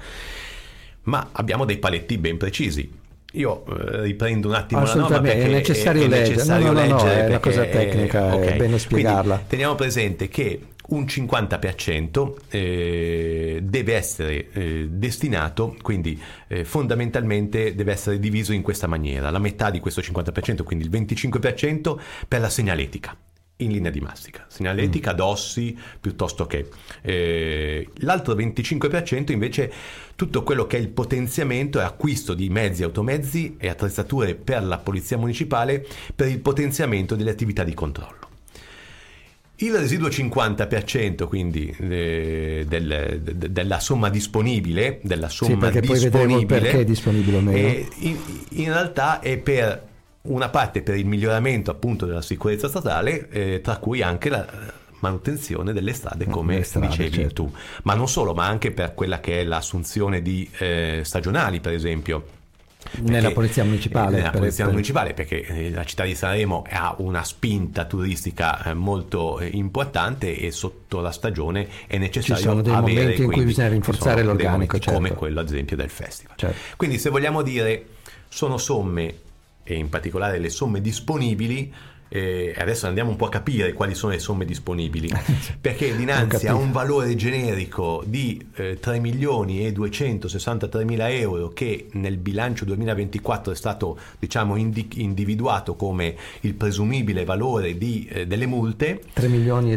ma abbiamo dei paletti ben precisi. Io eh, riprendo un attimo la norma perché è necessario, è, è necessario leggere, no, no, no, leggere è una cosa tecnica, è, okay. è bene spiegarla. Quindi, teniamo presente che un cinquanta per cento eh, deve essere eh, destinato, quindi eh, fondamentalmente deve essere diviso in questa maniera: la metà di questo cinquanta per cento, quindi il venticinque per cento per la segnaletica in linea di massima, segnaletica, mm. dossi, piuttosto che eh, l'altro venticinque per cento invece tutto quello che è il potenziamento e acquisto di mezzi, automezzi e attrezzature per la polizia municipale per il potenziamento delle attività di controllo. Il residuo cinquanta per cento quindi eh, del, de, della somma disponibile, della somma sì, perché disponibile, poi vedremo perché è disponibile o meno. Eh, in, in realtà è per una parte per il miglioramento appunto della sicurezza stradale, eh, tra cui anche la manutenzione delle strade, come strade, dicevi certo. tu, ma non solo, ma anche per quella che è l'assunzione di eh, stagionali, per esempio. Perché, nella polizia municipale nella per polizia per... municipale perché la città di Sanremo ha una spinta turistica molto importante e sotto la stagione è necessario ci sono dei avere, momenti in cui bisogna rinforzare l'organico, certo. come quello ad esempio del festival, certo. Quindi se vogliamo dire sono somme, e in particolare le somme disponibili. E adesso andiamo un po' a capire quali sono le somme disponibili, perché dinanzi a un valore generico di eh, tre milioni e duecentosessantatré mila euro che nel bilancio duemilaventiquattro è stato, diciamo, indi- individuato come il presumibile valore di, eh, delle multe, tre milioni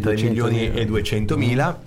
e duecento mila,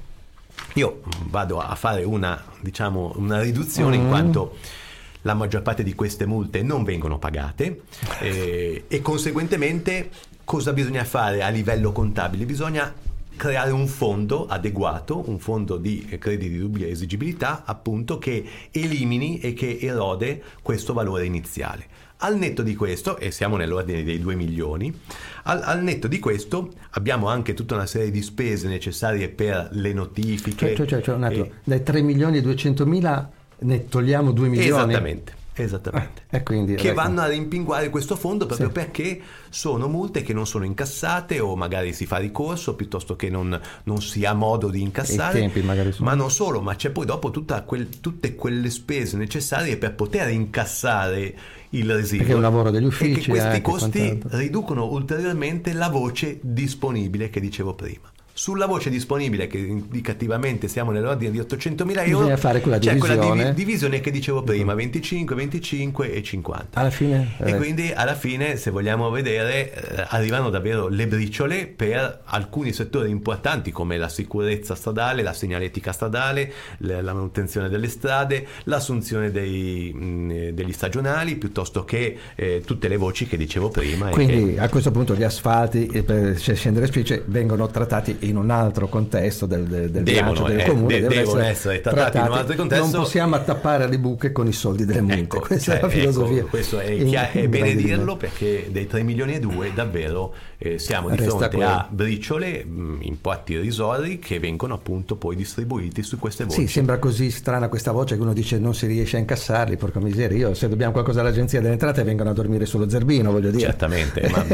io vado a fare una, diciamo, una riduzione mm. in quanto la maggior parte di queste multe non vengono pagate eh, e conseguentemente cosa bisogna fare a livello contabile? Bisogna creare un fondo adeguato, un fondo di crediti di dubbia esigibilità, appunto, che elimini e che erode questo valore iniziale. Al netto di questo, e siamo nell'ordine dei due milioni, al, al netto di questo abbiamo anche tutta una serie di spese necessarie per le notifiche. Cioè, cioè, cioè un attimo, e... dai tre milioni e duecentomila ne togliamo due milioni? Esattamente. Esattamente, ah, e quindi, che ecco. vanno a rimpinguare questo fondo proprio sì. perché sono multe che non sono incassate o magari si fa ricorso piuttosto che non, non si ha modo di incassare. I tempi magari sono. Ma non solo, ma c'è poi dopo tutta quel, tutte quelle spese necessarie per poter incassare il residuo, perché è un lavoro degli uffici e che questi eh, costi quant'altro. riducono ulteriormente la voce disponibile che dicevo prima. Sulla voce disponibile, che indicativamente siamo nell'ordine di ottocentomila euro, bisogna fare quella divisione. c'è quella div- divisione che dicevo prima, venticinque, venticinque e cinquanta. Alla fine, e eh. quindi alla fine, se vogliamo vedere, eh, arrivano davvero le briciole per alcuni settori importanti come la sicurezza stradale, la segnaletica stradale, le, la manutenzione delle strade, l'assunzione dei, mh, degli stagionali, piuttosto che eh, tutte le voci che dicevo prima. Quindi che... a questo punto gli asfalti, per scendere specie, vengono trattati in un altro contesto del, del, del bilancio del eh, comune, de- devono essere, essere trattati, trattati in un altro contesto. Non possiamo attappare le buche con i soldi delle multe, ecco, questa cioè, è la filosofia. Ecco, questo è, chiaro, è bene dirlo, perché dei tre milioni e due davvero eh, siamo di Resta fronte quello. a briciole, mh, importi irrisori che vengono appunto poi distribuiti su queste voci. Sì, sembra così strana questa voce che uno dice non si riesce a incassarli, porca miseria, io se dobbiamo qualcosa all'agenzia delle entrate vengono a dormire sullo zerbino, voglio dire. Certamente, ma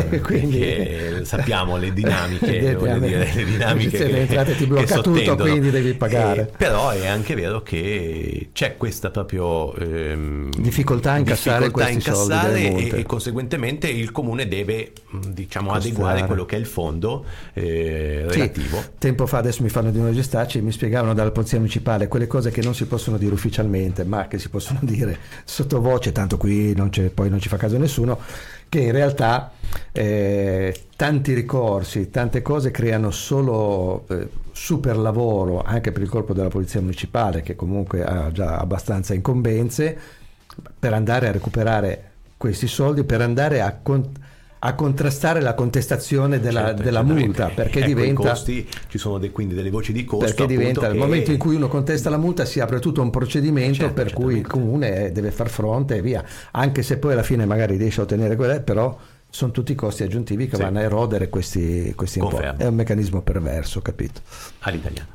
quindi sappiamo le dinamiche, voglio dire, le dinamiche che, le entrate ti blocca tutto, quindi devi pagare. Eh, però è anche vero che c'è questa proprio ehm, difficoltà a incassare, difficoltà questi incassare soldi delle e, multe. e conseguentemente il comune deve, diciamo, adeguare quello che è il fondo eh, relativo. Sì, tempo fa, adesso mi fanno di nuovo gestacci, mi spiegavano dalla polizia municipale quelle cose che non si possono dire ufficialmente ma che si possono dire sottovoce, tanto qui non c'è, poi non ci fa caso nessuno, che in realtà eh, tanti ricorsi, tante cose creano solo eh, super lavoro anche per il corpo della polizia municipale, che comunque ha già abbastanza incombenze, per andare a recuperare questi soldi, per andare a, con, a contrastare la contestazione della, certo, della multa, perché ecco, diventa i costi, ci sono de, quindi delle voci di costo, perché diventa che... nel momento in cui uno contesta la multa si apre tutto un procedimento, certo, per cui il comune deve far fronte e via, anche se poi alla fine magari riesce a ottenere quella, però sono tutti costi aggiuntivi che sì. vanno a erodere questi, questi un po'. È un meccanismo perverso, capito? All'italiano.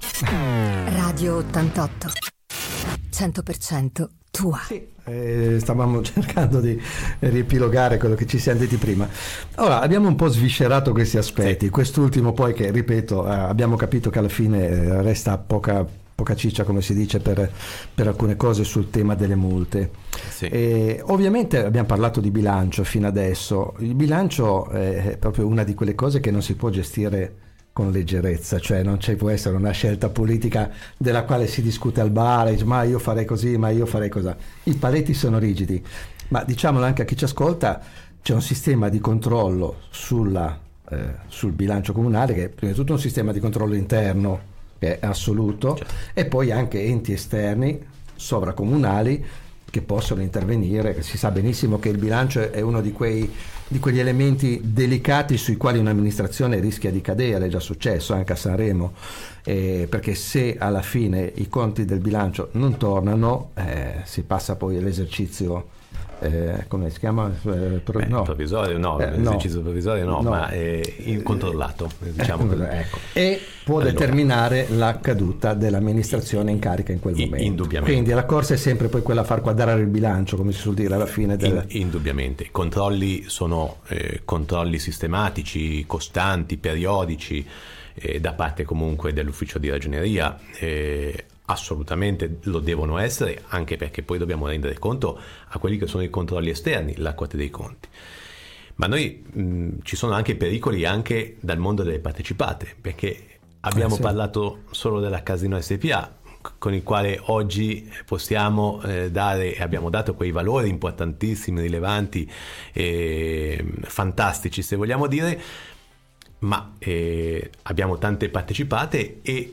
Radio ottantotto, cento per cento tua. Sì, eh, stavamo cercando di riepilogare quello che ci siamo detti prima. Ora, abbiamo un po' sviscerato questi aspetti, sì. Quest'ultimo poi che, ripeto, eh, abbiamo capito che alla fine eh, resta poca poca ciccia, come si dice, per, per alcune cose sul tema delle multe. Sì. E ovviamente abbiamo parlato di bilancio fino adesso. Il bilancio è proprio una di quelle cose che non si può gestire con leggerezza, cioè non ci può essere una scelta politica della quale si discute al bar, dice, ma io farei così, ma io farei così. I paletti sono rigidi, ma diciamolo anche a chi ci ascolta, c'è un sistema di controllo sulla, eh, sul bilancio comunale che è prima di tutto un sistema di controllo interno che è assoluto, certo. E poi anche enti esterni sovracomunali che possono intervenire. Si sa benissimo che il bilancio è uno di quei di quegli elementi delicati sui quali un'amministrazione rischia di cadere, è già successo anche a Sanremo, eh, perché se alla fine i conti del bilancio non tornano, eh, si passa poi all'esercizio Eh, come si chiama? Eh, pro, Beh, no. provvisorio no, eh, l'esercizio no. provvisorio no, no. ma è incontrollato, diciamo. Eh, ecco. E può allora, determinare la caduta dell'amministrazione in carica in quel i, momento. Indubbiamente. Quindi la corsa è sempre poi quella a far quadrare il bilancio, come si suol dire alla fine del... in, indubbiamente. I controlli sono eh, controlli sistematici, costanti, periodici, eh, da parte comunque dell'ufficio di ragioneria. eh, Assolutamente lo devono essere, anche perché poi dobbiamo rendere conto a quelli che sono i controlli esterni, la Corte dei Conti. Ma noi mh, ci sono anche pericoli anche dal mondo delle partecipate, perché abbiamo eh sì. parlato solo della Casino S P A, con il quale oggi possiamo eh, dare e abbiamo dato quei valori importantissimi, rilevanti, eh, fantastici se vogliamo dire, ma eh, abbiamo tante partecipate e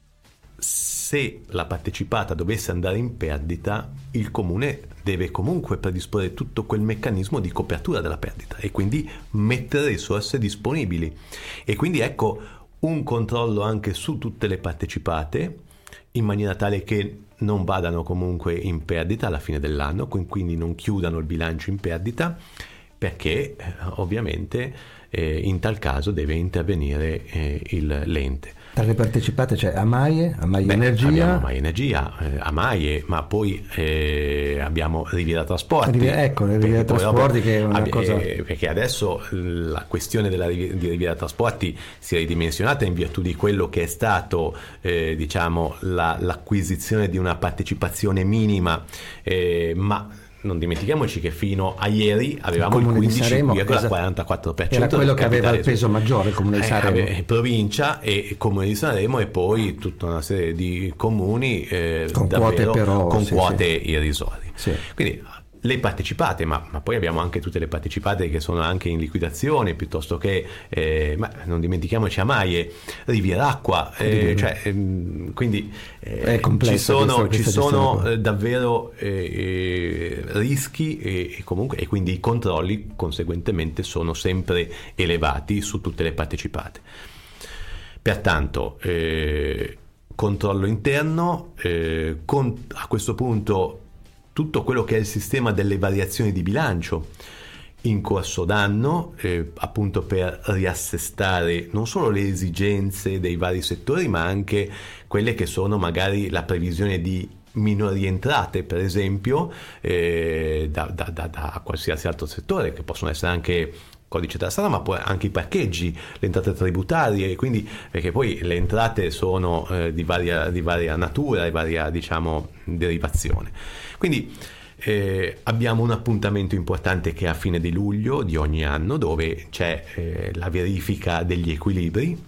se la partecipata dovesse andare in perdita, il comune deve comunque predisporre tutto quel meccanismo di copertura della perdita e quindi mettere risorse disponibili. E quindi ecco un controllo anche su tutte le partecipate, in maniera tale che non vadano comunque in perdita alla fine dell'anno, quindi non chiudano il bilancio in perdita, perché eh, ovviamente eh, in tal caso deve intervenire eh, il, l'ente. Tra le partecipate c'è Amaie, Amaie Beh, Energia. Abbiamo Amaie Energia, eh, Amaie, ma poi eh, abbiamo Riviera Trasporti. Riviera, ecco, le Riviera Trasporti che è una abbi- cosa... Eh, perché adesso la questione della, di Riviera Trasporti si è ridimensionata in virtù di quello che è stato, eh, diciamo, la, l'acquisizione di una partecipazione minima, eh, ma... non dimentichiamoci che fino a ieri avevamo il quindici virgola quarantaquattro per cento, era quello che aveva il peso maggiore, il comune di Sanremo, eh, provincia e comune di Sanremo, e poi tutta una serie di comuni eh, con davvero, quote, però, con sì, quote sì. irrisorie. Sì. Quindi le partecipate, ma, ma poi abbiamo anche tutte le partecipate che sono anche in liquidazione, piuttosto che, eh, ma non dimentichiaamoci Amaie, Riviera Acqua, eh, cioè, ehm, quindi eh, ci sono, questa, questa ci sono eh, davvero eh, rischi e, e comunque e quindi i controlli conseguentemente sono sempre elevati su tutte le partecipate. Pertanto eh, controllo interno, eh, con, a questo punto tutto quello che è il sistema delle variazioni di bilancio in corso d'anno, eh, appunto per riassestare non solo le esigenze dei vari settori, ma anche quelle che sono magari la previsione di minori entrate, per esempio, eh, da, da, da, da qualsiasi altro settore, che possono essere anche codice della strada, ma poi anche i parcheggi, le entrate tributarie, quindi perché poi le entrate sono eh, di, varia, di varia natura, di varia, diciamo, derivazione. Quindi eh, abbiamo un appuntamento importante che è a fine di luglio di ogni anno, dove c'è eh, la verifica degli equilibri.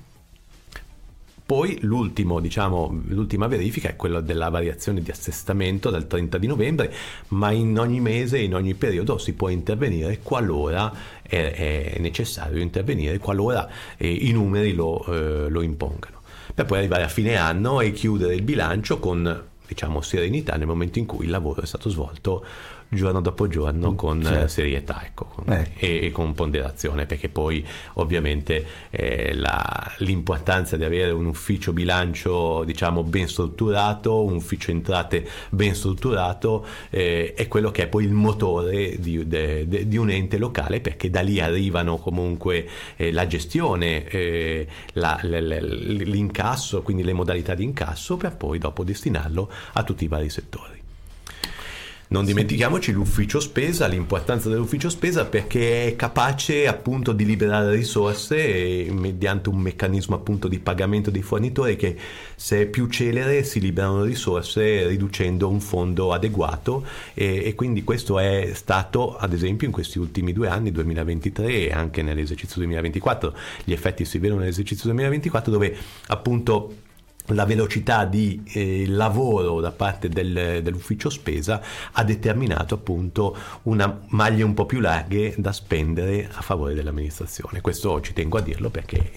Poi l'ultimo, diciamo, l'ultima verifica è quella della variazione di assestamento dal trenta di novembre, ma in ogni mese, in ogni periodo si può intervenire qualora è, è necessario intervenire, qualora eh, i numeri lo, eh, lo impongano, per poi arrivare a fine anno e chiudere il bilancio con, diciamo, serenità nel momento in cui il lavoro è stato svolto giorno dopo giorno con certo. serietà, ecco, con, eh. e, e con ponderazione, perché poi ovviamente eh, la, l'importanza di avere un ufficio bilancio, diciamo, ben strutturato, un ufficio entrate ben strutturato, eh, è quello che è poi il motore di, de, de, di un ente locale, perché da lì arrivano comunque eh, la gestione, eh, la, l, l, l'incasso, quindi le modalità di incasso, per poi dopo destinarlo a tutti i vari settori. Non dimentichiamoci l'ufficio spesa, l'importanza dell'ufficio spesa, perché è capace appunto di liberare risorse mediante un meccanismo appunto di pagamento dei fornitori che, se è più celere, si liberano risorse riducendo un fondo adeguato, e, e quindi questo è stato, ad esempio, in questi ultimi due anni, duemilaventitré e anche nell'esercizio duemilaventiquattro, gli effetti si vedono nell'esercizio duemilaventiquattro, dove appunto la velocità di eh, lavoro da parte del, dell'ufficio spesa ha determinato appunto una maglie un po' più larghe da spendere a favore dell'amministrazione. Questo ci tengo a dirlo perché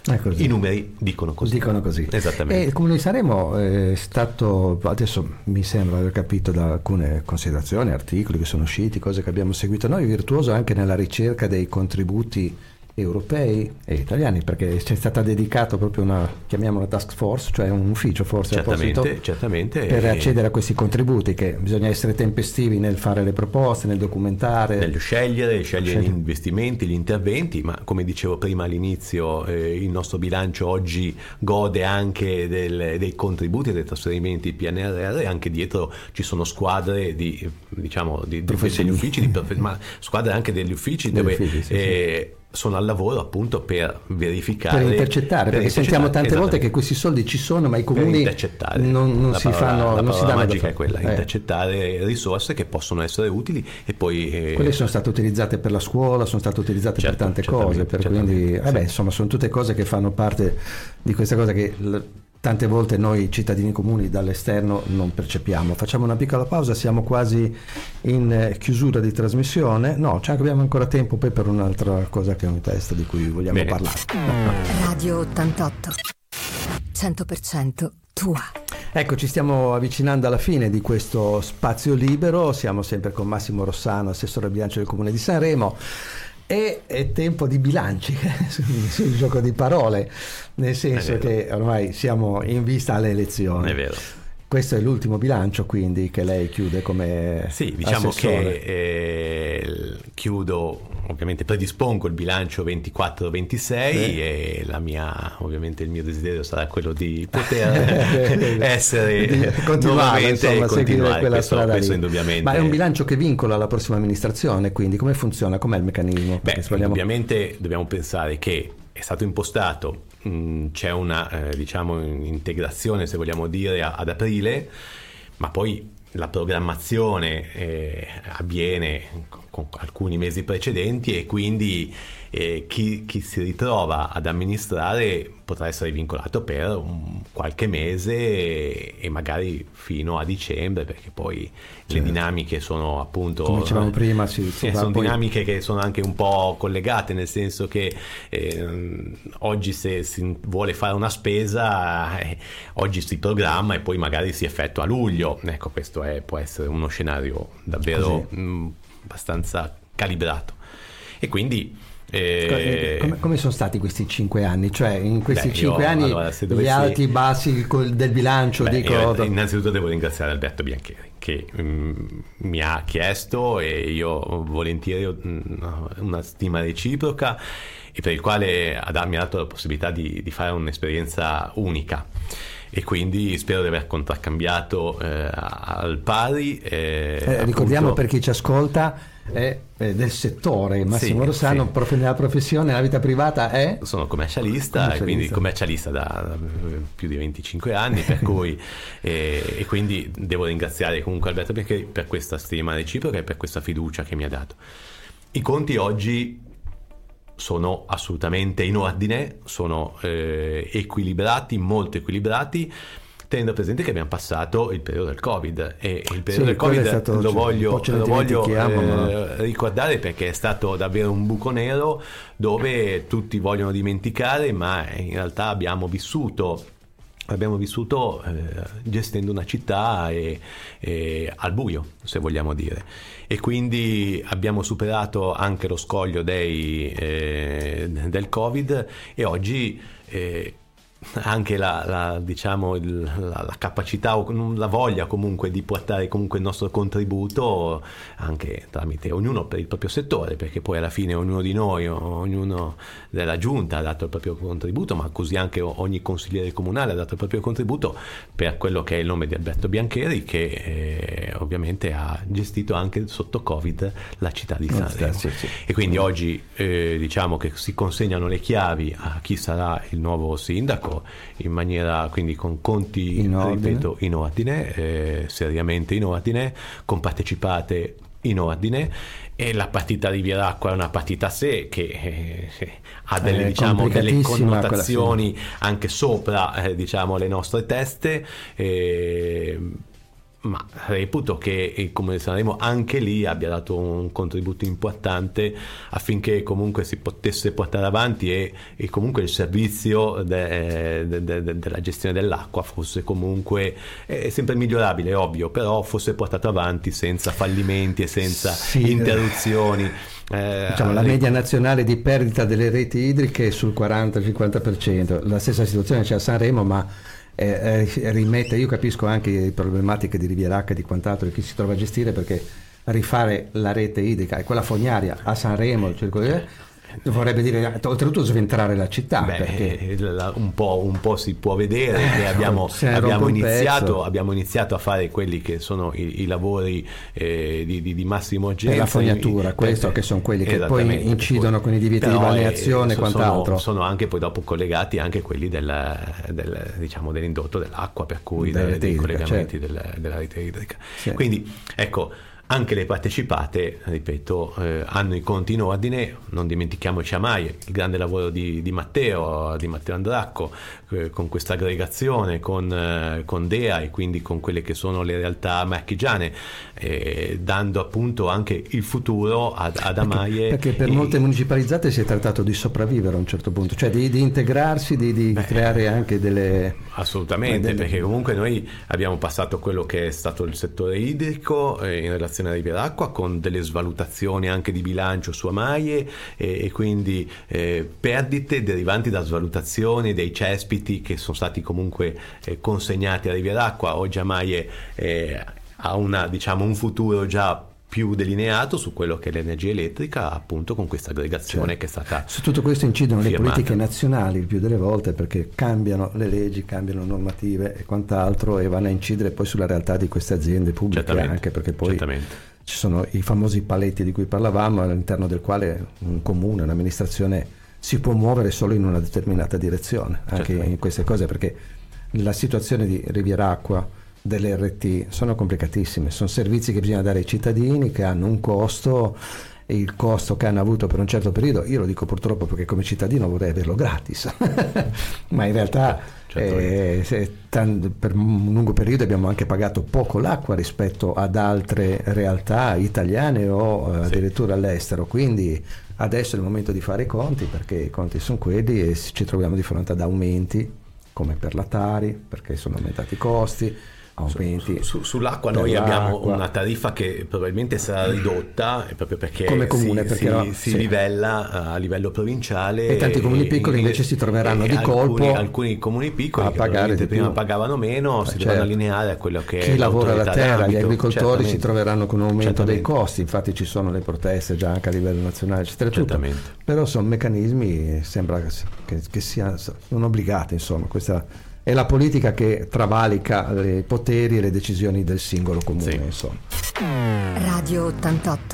I numeri dicono così. Dicono così. Esattamente. E il Comune di Sanremo è stato, adesso mi sembra aver capito da alcune considerazioni, articoli che sono usciti, cose che abbiamo seguito noi, virtuoso anche nella ricerca dei contributi europei e italiani, perché c'è stata dedicata proprio una, chiamiamola task force, cioè un ufficio forse certamente, apposito certamente, per e... accedere a questi contributi, che bisogna essere tempestivi nel fare le proposte, nel documentare, nel scegliere, scegliere gli investimenti, gli interventi, ma come dicevo prima all'inizio, eh, il nostro bilancio oggi gode anche del, dei contributi e dei trasferimenti P N R R, e anche dietro ci sono squadre di, diciamo, di, di, degli uffici, di, ma squadre anche degli uffici dove uffici, sì, eh, sì. sono al lavoro appunto per verificare, per intercettare, per perché intercettare, sentiamo tante volte che questi soldi ci sono, ma i comuni non, non si parola, fanno, la non si danno magica da è quella, eh. intercettare risorse che possono essere utili, e poi eh... quelle sono state utilizzate per la scuola, sono state utilizzate certo, per tante cose, per quindi eh beh, insomma sono tutte cose che fanno parte di questa cosa che l- tante volte noi cittadini comuni dall'esterno non percepiamo. Facciamo una piccola pausa, siamo quasi in chiusura di trasmissione. No, cioè abbiamo ancora tempo poi per un'altra cosa che ho in testa di cui vogliamo Bene. parlare. Radio ottantotto, cento per cento tua. Ecco, ci stiamo avvicinando alla fine di questo spazio libero, siamo sempre con Massimo Rossano, assessore al bilancio del Comune di Sanremo. E è tempo di bilanci sul gioco di parole, nel senso che ormai siamo in vista alle elezioni. È vero. Questo è l'ultimo bilancio quindi che lei chiude come Sì, diciamo assessore. che eh, chiudo, ovviamente predispongo il bilancio ventiquattro ventisei sì. e la mia, ovviamente il mio desiderio sarà quello di poter essere di continuare, nuovamente insomma, e continuare quella questo, strada questo lì. indubbiamente. Ma è un bilancio che vincola la prossima amministrazione, quindi come funziona? Com'è il meccanismo? Beh, vogliamo... ovviamente dobbiamo pensare che è stato impostato, mh, c'è una eh, diciamo integrazione, se vogliamo dire, a, ad aprile, ma poi la programmazione eh, avviene con, con alcuni mesi precedenti, e quindi eh, chi, chi si ritrova ad amministrare potrà essere vincolato per un, qualche mese e, e magari fino a dicembre, perché poi certo. le dinamiche sono appunto, come dicevamo prima, sì, sì, sono poi... dinamiche che sono anche un po' collegate, nel senso che eh, oggi se si vuole fare una spesa eh, oggi si programma e poi magari si effettua a luglio. Ecco, questo è, può essere uno scenario davvero mh, abbastanza calibrato, e quindi Eh, come, come sono stati questi cinque anni? Cioè in questi beh, cinque io, anni allora, dovessi... gli alti e bassi del bilancio beh, dico... io, innanzitutto devo ringraziare Alberto Biancheri che um, mi ha chiesto, e io volentieri um, una stima reciproca, e per il quale mi ha dato la possibilità di, di fare un'esperienza unica, e quindi spero di aver contraccambiato eh, al pari eh, eh, ricordiamo per chi ci ascolta è del settore, Massimo sì, Rossano, sì. prof, nella professione, nella vita privata è? Sono commercialista, commercialista. E quindi commercialista da, da più di venticinque anni, per cui e, e quindi devo ringraziare comunque Alberto perché per questa stima reciproca e per questa fiducia che mi ha dato. I conti oggi sono assolutamente in ordine, sono eh, equilibrati, molto equilibrati, tenendo presente che abbiamo passato il periodo del Covid, e il periodo sì, del Covid stato, lo voglio, lo voglio eh, ma... ricordare perché è stato davvero un buco nero dove tutti vogliono dimenticare, ma in realtà abbiamo vissuto abbiamo vissuto eh, gestendo una città e, e al buio, se vogliamo dire, e quindi abbiamo superato anche lo scoglio dei, eh, del Covid, e oggi eh, anche la, la diciamo il, la, la capacità o la voglia comunque di portare comunque il nostro contributo anche tramite ognuno per il proprio settore, perché poi alla fine ognuno di noi, ognuno della giunta ha dato il proprio contributo, ma così anche ogni consigliere comunale ha dato il proprio contributo per quello che è il nome di Alberto Biancheri, che eh, ovviamente ha gestito anche sotto Covid la città di Sanremo, sì, sì. E quindi oggi eh, diciamo che si consegnano le chiavi a chi sarà il nuovo sindaco in maniera, quindi con conti in ripeto in ordine, eh, seriamente in ordine, con partecipate in ordine, e la partita di Vieracqua è una partita a sé che eh, ha delle, diciamo, delle connotazioni quella, sì. anche sopra eh, diciamo le nostre teste, eh, ma reputo che il Comune di Sanremo anche lì abbia dato un contributo importante affinché comunque si potesse portare avanti e, e comunque il servizio de, de, de, de, della gestione dell'acqua fosse comunque è sempre migliorabile, ovvio, però fosse portato avanti senza fallimenti e senza sì, interruzioni. Eh, diciamo, la media nazionale di perdita delle reti idriche è sul quaranta cinquanta per cento, la stessa situazione c'è a Sanremo, ma Eh, eh, rimette, io capisco anche le problematiche di Rivieracca e di quant'altro di chi si trova a gestire, perché rifare la rete idrica e quella fognaria a Sanremo, il circolo di vorrebbe dire oltretutto sventrare la città. Beh, perché un po', un po' si può vedere che abbiamo, abbiamo, iniziato, abbiamo iniziato a fare quelli che sono i, i lavori eh, di, di, di massima urgenza per la fognatura, questo, che sono quelli che poi incidono poi, con i divieti di balneazione e quant'altro. Sono, sono anche poi dopo collegati anche quelli del, del, diciamo, dell'indotto dell'acqua, per cui dei, dei collegamenti, certo, della, della rete idrica. Sì. Quindi ecco, anche le partecipate, ripeto, eh, hanno i conti in ordine. Non dimentichiamoci mai il grande lavoro di, di Matteo, di Matteo Andracco, eh, con questa aggregazione con, eh, con Dea e quindi con quelle che sono le realtà marchigiane, eh, dando appunto anche il futuro ad, ad Amaie. Perché, perché per e, molte municipalizzate si è trattato di sopravvivere a un certo punto, cioè di, di integrarsi, di, di beh, creare anche delle... Assolutamente, delle... perché comunque noi abbiamo passato quello che è stato il settore idrico eh, in relazione a Rivieracqua, con delle svalutazioni anche di bilancio su Amaie e, e quindi eh, perdite derivanti da svalutazioni dei cespiti che sono stati comunque eh, consegnati a Rivieracqua. Oggi Amaie eh, ha una, diciamo, un futuro già più delineato su quello che è l'energia elettrica, appunto con questa aggregazione, certo, che è stata su tutto questo incidono firmata. Le politiche nazionali il più delle volte, perché cambiano le leggi, cambiano normative e quant'altro, e vanno a incidere poi sulla realtà di queste aziende pubbliche. Certamente, anche perché poi certamente. Ci sono i famosi paletti di cui parlavamo, all'interno del quale un comune, un'amministrazione si può muovere solo in una determinata direzione, anche in queste cose, perché la situazione di Rivieracqua, delle R T, sono complicatissime, sono servizi che bisogna dare ai cittadini, che hanno un costo, e il costo che hanno avuto per un certo periodo, io lo dico purtroppo perché come cittadino vorrei averlo gratis ma in realtà eh, se, tan, per un lungo periodo abbiamo anche pagato poco l'acqua rispetto ad altre realtà italiane o eh, addirittura sì. all'estero, quindi adesso è il momento di fare i conti, perché i conti sono quelli e ci troviamo di fronte ad aumenti come per la Tari, perché sono aumentati i costi. Su, su, sull'acqua noi l'acqua. Abbiamo una tariffa che probabilmente sarà ridotta proprio perché, come comune, si, perché si, no, si sì. livella a livello provinciale, e tanti comuni piccoli e, invece si troveranno di colpo alcuni, alcuni comuni piccoli a pagare che prima più. pagavano meno, si certo. devono allineare a quello che chi è lavora la terra, d'ambito. Gli agricoltori Certamente. Si troveranno con un aumento Certamente. dei costi, infatti ci sono le proteste già anche a livello nazionale, eccetera, tutto. Però sono meccanismi, sembra che, che siano sono obbligati, insomma, questa è la politica che travalica i poteri e le decisioni del singolo comune, sì. insomma. Radio ottantotto,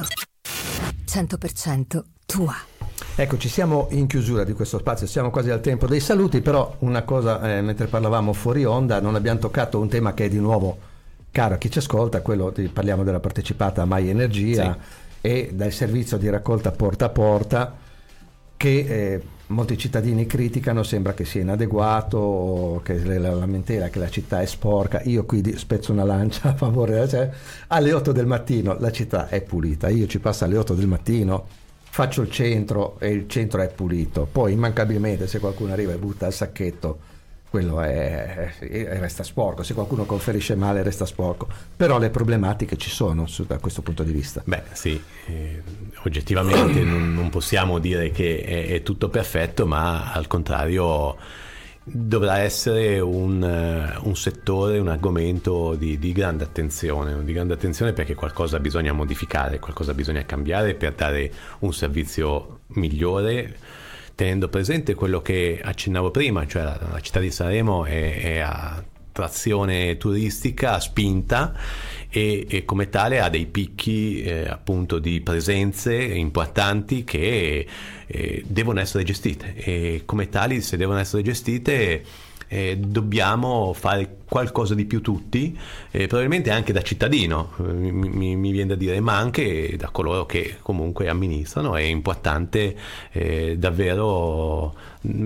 cento per cento tua. Ecco, ci siamo in chiusura di questo spazio, siamo quasi al tempo dei saluti, però una cosa, eh, mentre parlavamo fuori onda, non abbiamo toccato un tema che è di nuovo caro a chi ci ascolta, quello di, parliamo della partecipata Amaie Energia, sì. e del servizio di raccolta porta a porta, che eh, molti cittadini criticano, sembra che sia inadeguato, che la lamentela che la città è sporca. Io qui spezzo una lancia a favore, cioè, alle otto del mattino la città è pulita, io ci passo alle otto del mattino, faccio il centro e il centro è pulito, poi immancabilmente se qualcuno arriva e butta il sacchetto, quello è, è, resta sporco, se qualcuno conferisce male resta sporco, però le problematiche ci sono su, da questo punto di vista. Beh sì, eh, oggettivamente non, non possiamo dire che è, è tutto perfetto, ma al contrario dovrà essere un, un settore, un argomento di, di grande attenzione, di grande attenzione perché qualcosa bisogna modificare, qualcosa bisogna cambiare per dare un servizio migliore, tenendo presente quello che accennavo prima, cioè la, la città di Sanremo è, è a trazione turistica spinta e, e come tale ha dei picchi eh, appunto di presenze importanti che eh, devono essere gestite, e come tali, se devono essere gestite, eh, dobbiamo fare qualcosa di più tutti, eh, probabilmente anche da cittadino, eh, mi, mi, mi viene da dire, ma anche da coloro che comunque amministrano. È importante eh, davvero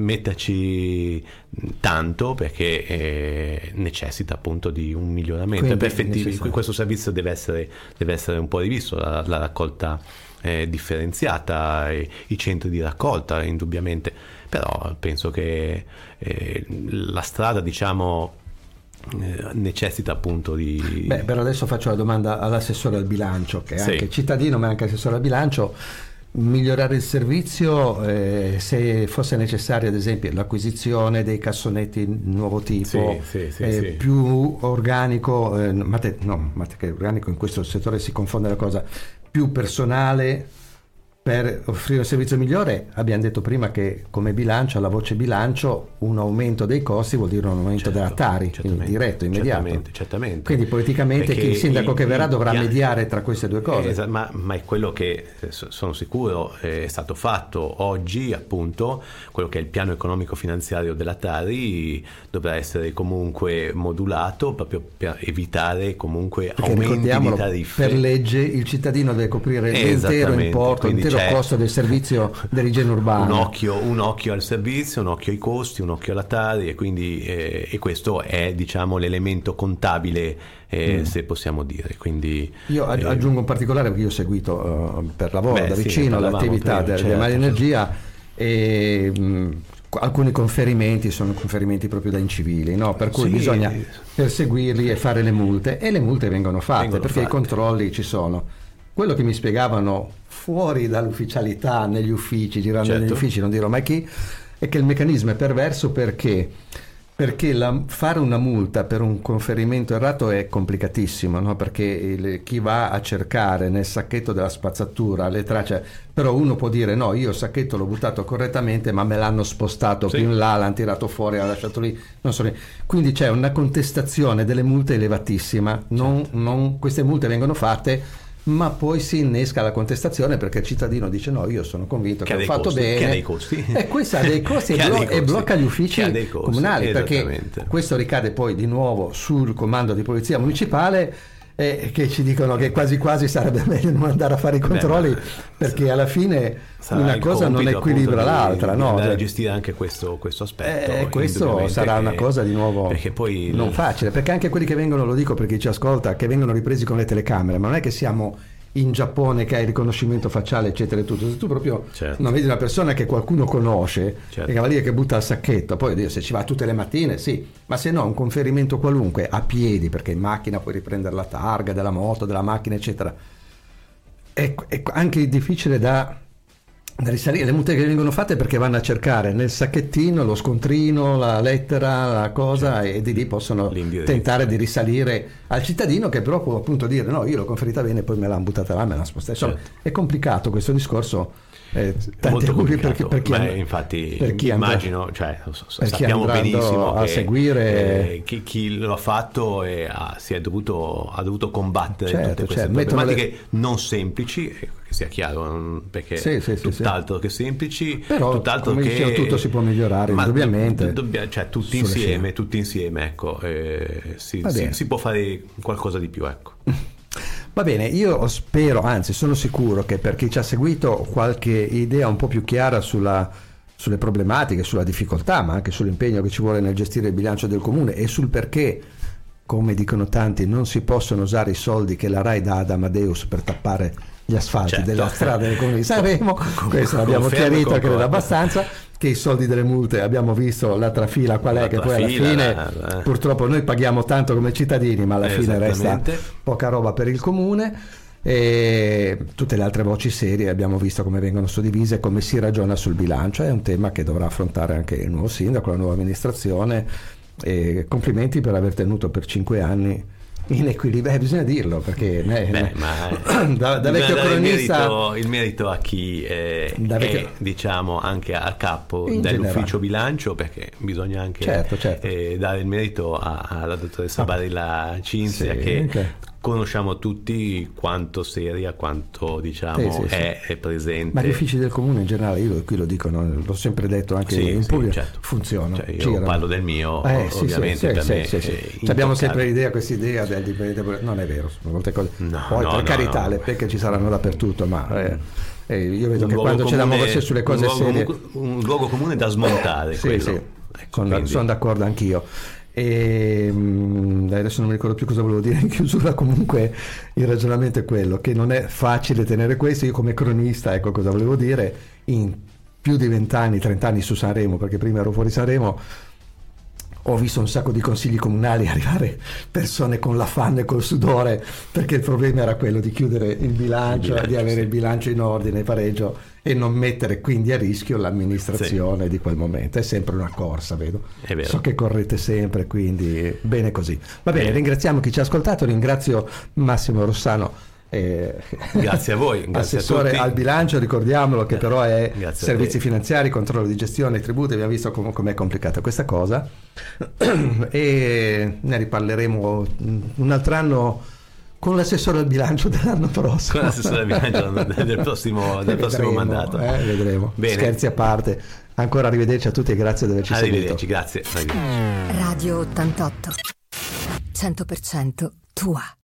metterci tanto, perché eh, necessita appunto di un miglioramento. Quindi, per effettivi, questo servizio deve essere, deve essere un po' rivisto, la, la raccolta eh, differenziata, e i centri di raccolta indubbiamente, però penso che eh, la strada, diciamo, eh, necessita appunto di... Beh, però adesso faccio la domanda all'assessore al bilancio, che è sì. anche cittadino ma anche assessore al bilancio. Migliorare il servizio, eh, se fosse necessaria ad esempio l'acquisizione dei cassonetti nuovo tipo, sì, sì, sì, eh, sì. più organico, eh, ma te, no, ma te che organico in questo settore si confonde la cosa, più personale per offrire un servizio migliore. Abbiamo detto prima che come bilancio, alla voce bilancio, un aumento dei costi vuol dire un aumento certo, della Tari, quindi diretto, immediato. Certamente, certamente. Quindi politicamente Perché chi il sindaco il, che verrà dovrà il, mediare tra queste due cose. Esatto, ma, ma è quello che sono sicuro è stato fatto oggi, appunto, quello che è il piano economico finanziario della Tari dovrà essere comunque modulato proprio per evitare comunque Perché aumenti di tariffe. Per legge il cittadino deve coprire l'intero importo, l'intero costo del servizio dell'igiene urbana. Un occhio, un occhio al servizio, un occhio ai costi, un occhio alla Tari, e quindi eh, e questo è, diciamo, l'elemento contabile, eh, mm. se possiamo dire. Quindi io eh, aggiungo in particolare, perché io ho seguito uh, per lavoro beh, da vicino sì, l'attività della certo, Mare Energia, e mh, alcuni conferimenti sono conferimenti proprio da incivili, no? Per cui sì. bisogna perseguirli e fare le multe, e le multe vengono fatte vengono perché fatte. I controlli ci sono. Quello che mi spiegavano fuori dall'ufficialità negli uffici, girando certo. negli uffici, non dirò mai chi, è che il meccanismo è perverso perché perché la, fare una multa per un conferimento errato è complicatissimo, no? Perché il, chi va a cercare nel sacchetto della spazzatura le tracce, però uno può dire no, io il sacchetto l'ho buttato correttamente ma me l'hanno spostato sì. più in là, l'hanno tirato fuori, l'hanno lasciato lì, non so. Quindi c'è una contestazione delle multe elevatissima, non, certo. non, queste multe vengono fatte, ma poi si innesca la contestazione perché il cittadino dice no, io sono convinto che, che ho fatto costi, bene, che ha dei costi, e questo ha dei costi, e, blo- dei costi. e blocca gli uffici comunali, perché questo ricade poi di nuovo sul comando di polizia municipale, eh, che ci dicono che quasi quasi sarebbe meglio non andare a fare i controlli. Beh, perché alla fine una cosa non equilibra l'altra, di, no? Di gestire anche questo, questo aspetto, e eh, questo sarà che, una cosa di nuovo perché poi non facile, perché anche quelli che vengono, lo dico perché ci ascolta, che vengono ripresi con le telecamere, ma non è che siamo in Giappone che hai il riconoscimento facciale eccetera e tutto. Se tu proprio certo. non vedi una persona che qualcuno conosce, certo. e che va lì che butta il sacchetto, poi se ci va tutte le mattine sì, ma se no un conferimento qualunque a piedi, perché in macchina puoi riprendere la targa della moto, della macchina eccetera, è, è anche difficile da, da risalire. Le multe che vengono fatte perché vanno a cercare nel sacchettino lo scontrino, la lettera, la cosa, certo. e di lì possono tentare di risalire al cittadino, che però può appunto dire no, io l'ho conferita bene, poi me l'hanno buttata là, me l'hanno spostata. Insomma, certo. è complicato questo discorso. Eh, tanti auguri per chi, per chi Beh, and- infatti per chi immagino andrà, cioè, per sappiamo benissimo a che seguire eh, chi, chi lo ha fatto e ha, si è dovuto, ha dovuto combattere certo, tutte queste certo. problematiche le... non semplici, che sia chiaro, perché sì, sì, tutt'altro sì, che semplici, però tutt'altro come che dicevo, tutto si può migliorare ma indubbiamente, dobbia, cioè tutti insieme, tutti insieme ecco, eh, si, si, si può fare qualcosa di più, ecco. Va bene, io spero, anzi sono sicuro che per chi ci ha seguito qualche idea un po' più chiara sulla, sulle problematiche, sulla difficoltà, ma anche sull'impegno che ci vuole nel gestire il bilancio del comune e sul perché, come dicono tanti, non si possono usare i soldi che la RAI dà ad Amadeus per tappare gli asfalti certo. della strada del comune di Sanremo. Questo l'abbiamo chiarito credo abbastanza, che i soldi delle multe abbiamo visto la trafila qual è, la che poi alla fine la... purtroppo noi paghiamo tanto come cittadini, ma alla fine resta poca roba per il comune, e tutte le altre voci serie abbiamo visto come vengono suddivise e come si ragiona sul bilancio. È un tema che dovrà affrontare anche il nuovo sindaco, la nuova amministrazione, e complimenti per aver tenuto per cinque anni in equilibrio, eh, bisogna dirlo perché eh, Beh, ma da, da vecchio cronista il merito, il merito a chi eh, vecchio... è diciamo anche a capo in dell'ufficio generale. Bilancio, perché bisogna anche certo, certo. Eh, dare il merito alla dottoressa Barilla Cinzia, sì, che okay. conosciamo tutti quanto seria, quanto diciamo sì, sì, è, sì. è presente. Ma gli uffici del comune in generale, io qui lo dico, no? L'ho sempre detto anche sì, in sì, pubblico, certo. funzionano. Cioè, io girano. parlo del mio, eh, sì, ovviamente sì, per sì, me sì, sì, è sì. Abbiamo sempre l'idea, questa idea del dipendente, non è vero, sono molte cose. No, Poi no, per no, carità, no. le pecche ci saranno dappertutto, ma eh, eh, io vedo Un che luogo quando c'è da comune- muoversi sulle cose un luogo, serie, comu- un luogo comune da smontare, sì, quello. sì, Ecco, sono, quindi- sono d'accordo anch'io. E mh, adesso non mi ricordo più cosa volevo dire in chiusura, comunque il ragionamento è quello che non è facile tenere questo. Io come cronista, ecco cosa volevo dire, in più di vent'anni, trent'anni su Sanremo, perché prima ero fuori Sanremo, ho visto un sacco di consigli comunali arrivare persone con l'affanno e col sudore, perché il problema era quello di chiudere il bilancio, Il bilancio, di avere sì. il bilancio in ordine, pareggio, e non mettere quindi a rischio l'amministrazione Sì. di quel momento. È sempre una corsa, vedo. È vero. So che correte sempre, quindi bene così. Va bene, Bene. ringraziamo chi ci ha ascoltato, ringrazio Massimo Rossano. Eh, Grazie a voi, grazie a assessore tutti. al bilancio, ricordiamolo, che però è Grazie a servizi te. finanziari, controllo di gestione, tributi. Abbiamo visto com- com'è complicata questa cosa e ne riparleremo un altro anno con l'assessore al bilancio dell'anno prossimo. Con l'assessore al bilancio del prossimo, del prossimo Vedremo, mandato. eh, vedremo. Bene. Scherzi a parte, ancora arrivederci a tutti e grazie di averci Arrivederci, seguito. grazie. Arrivederci. Radio ottantotto. cento per cento tua.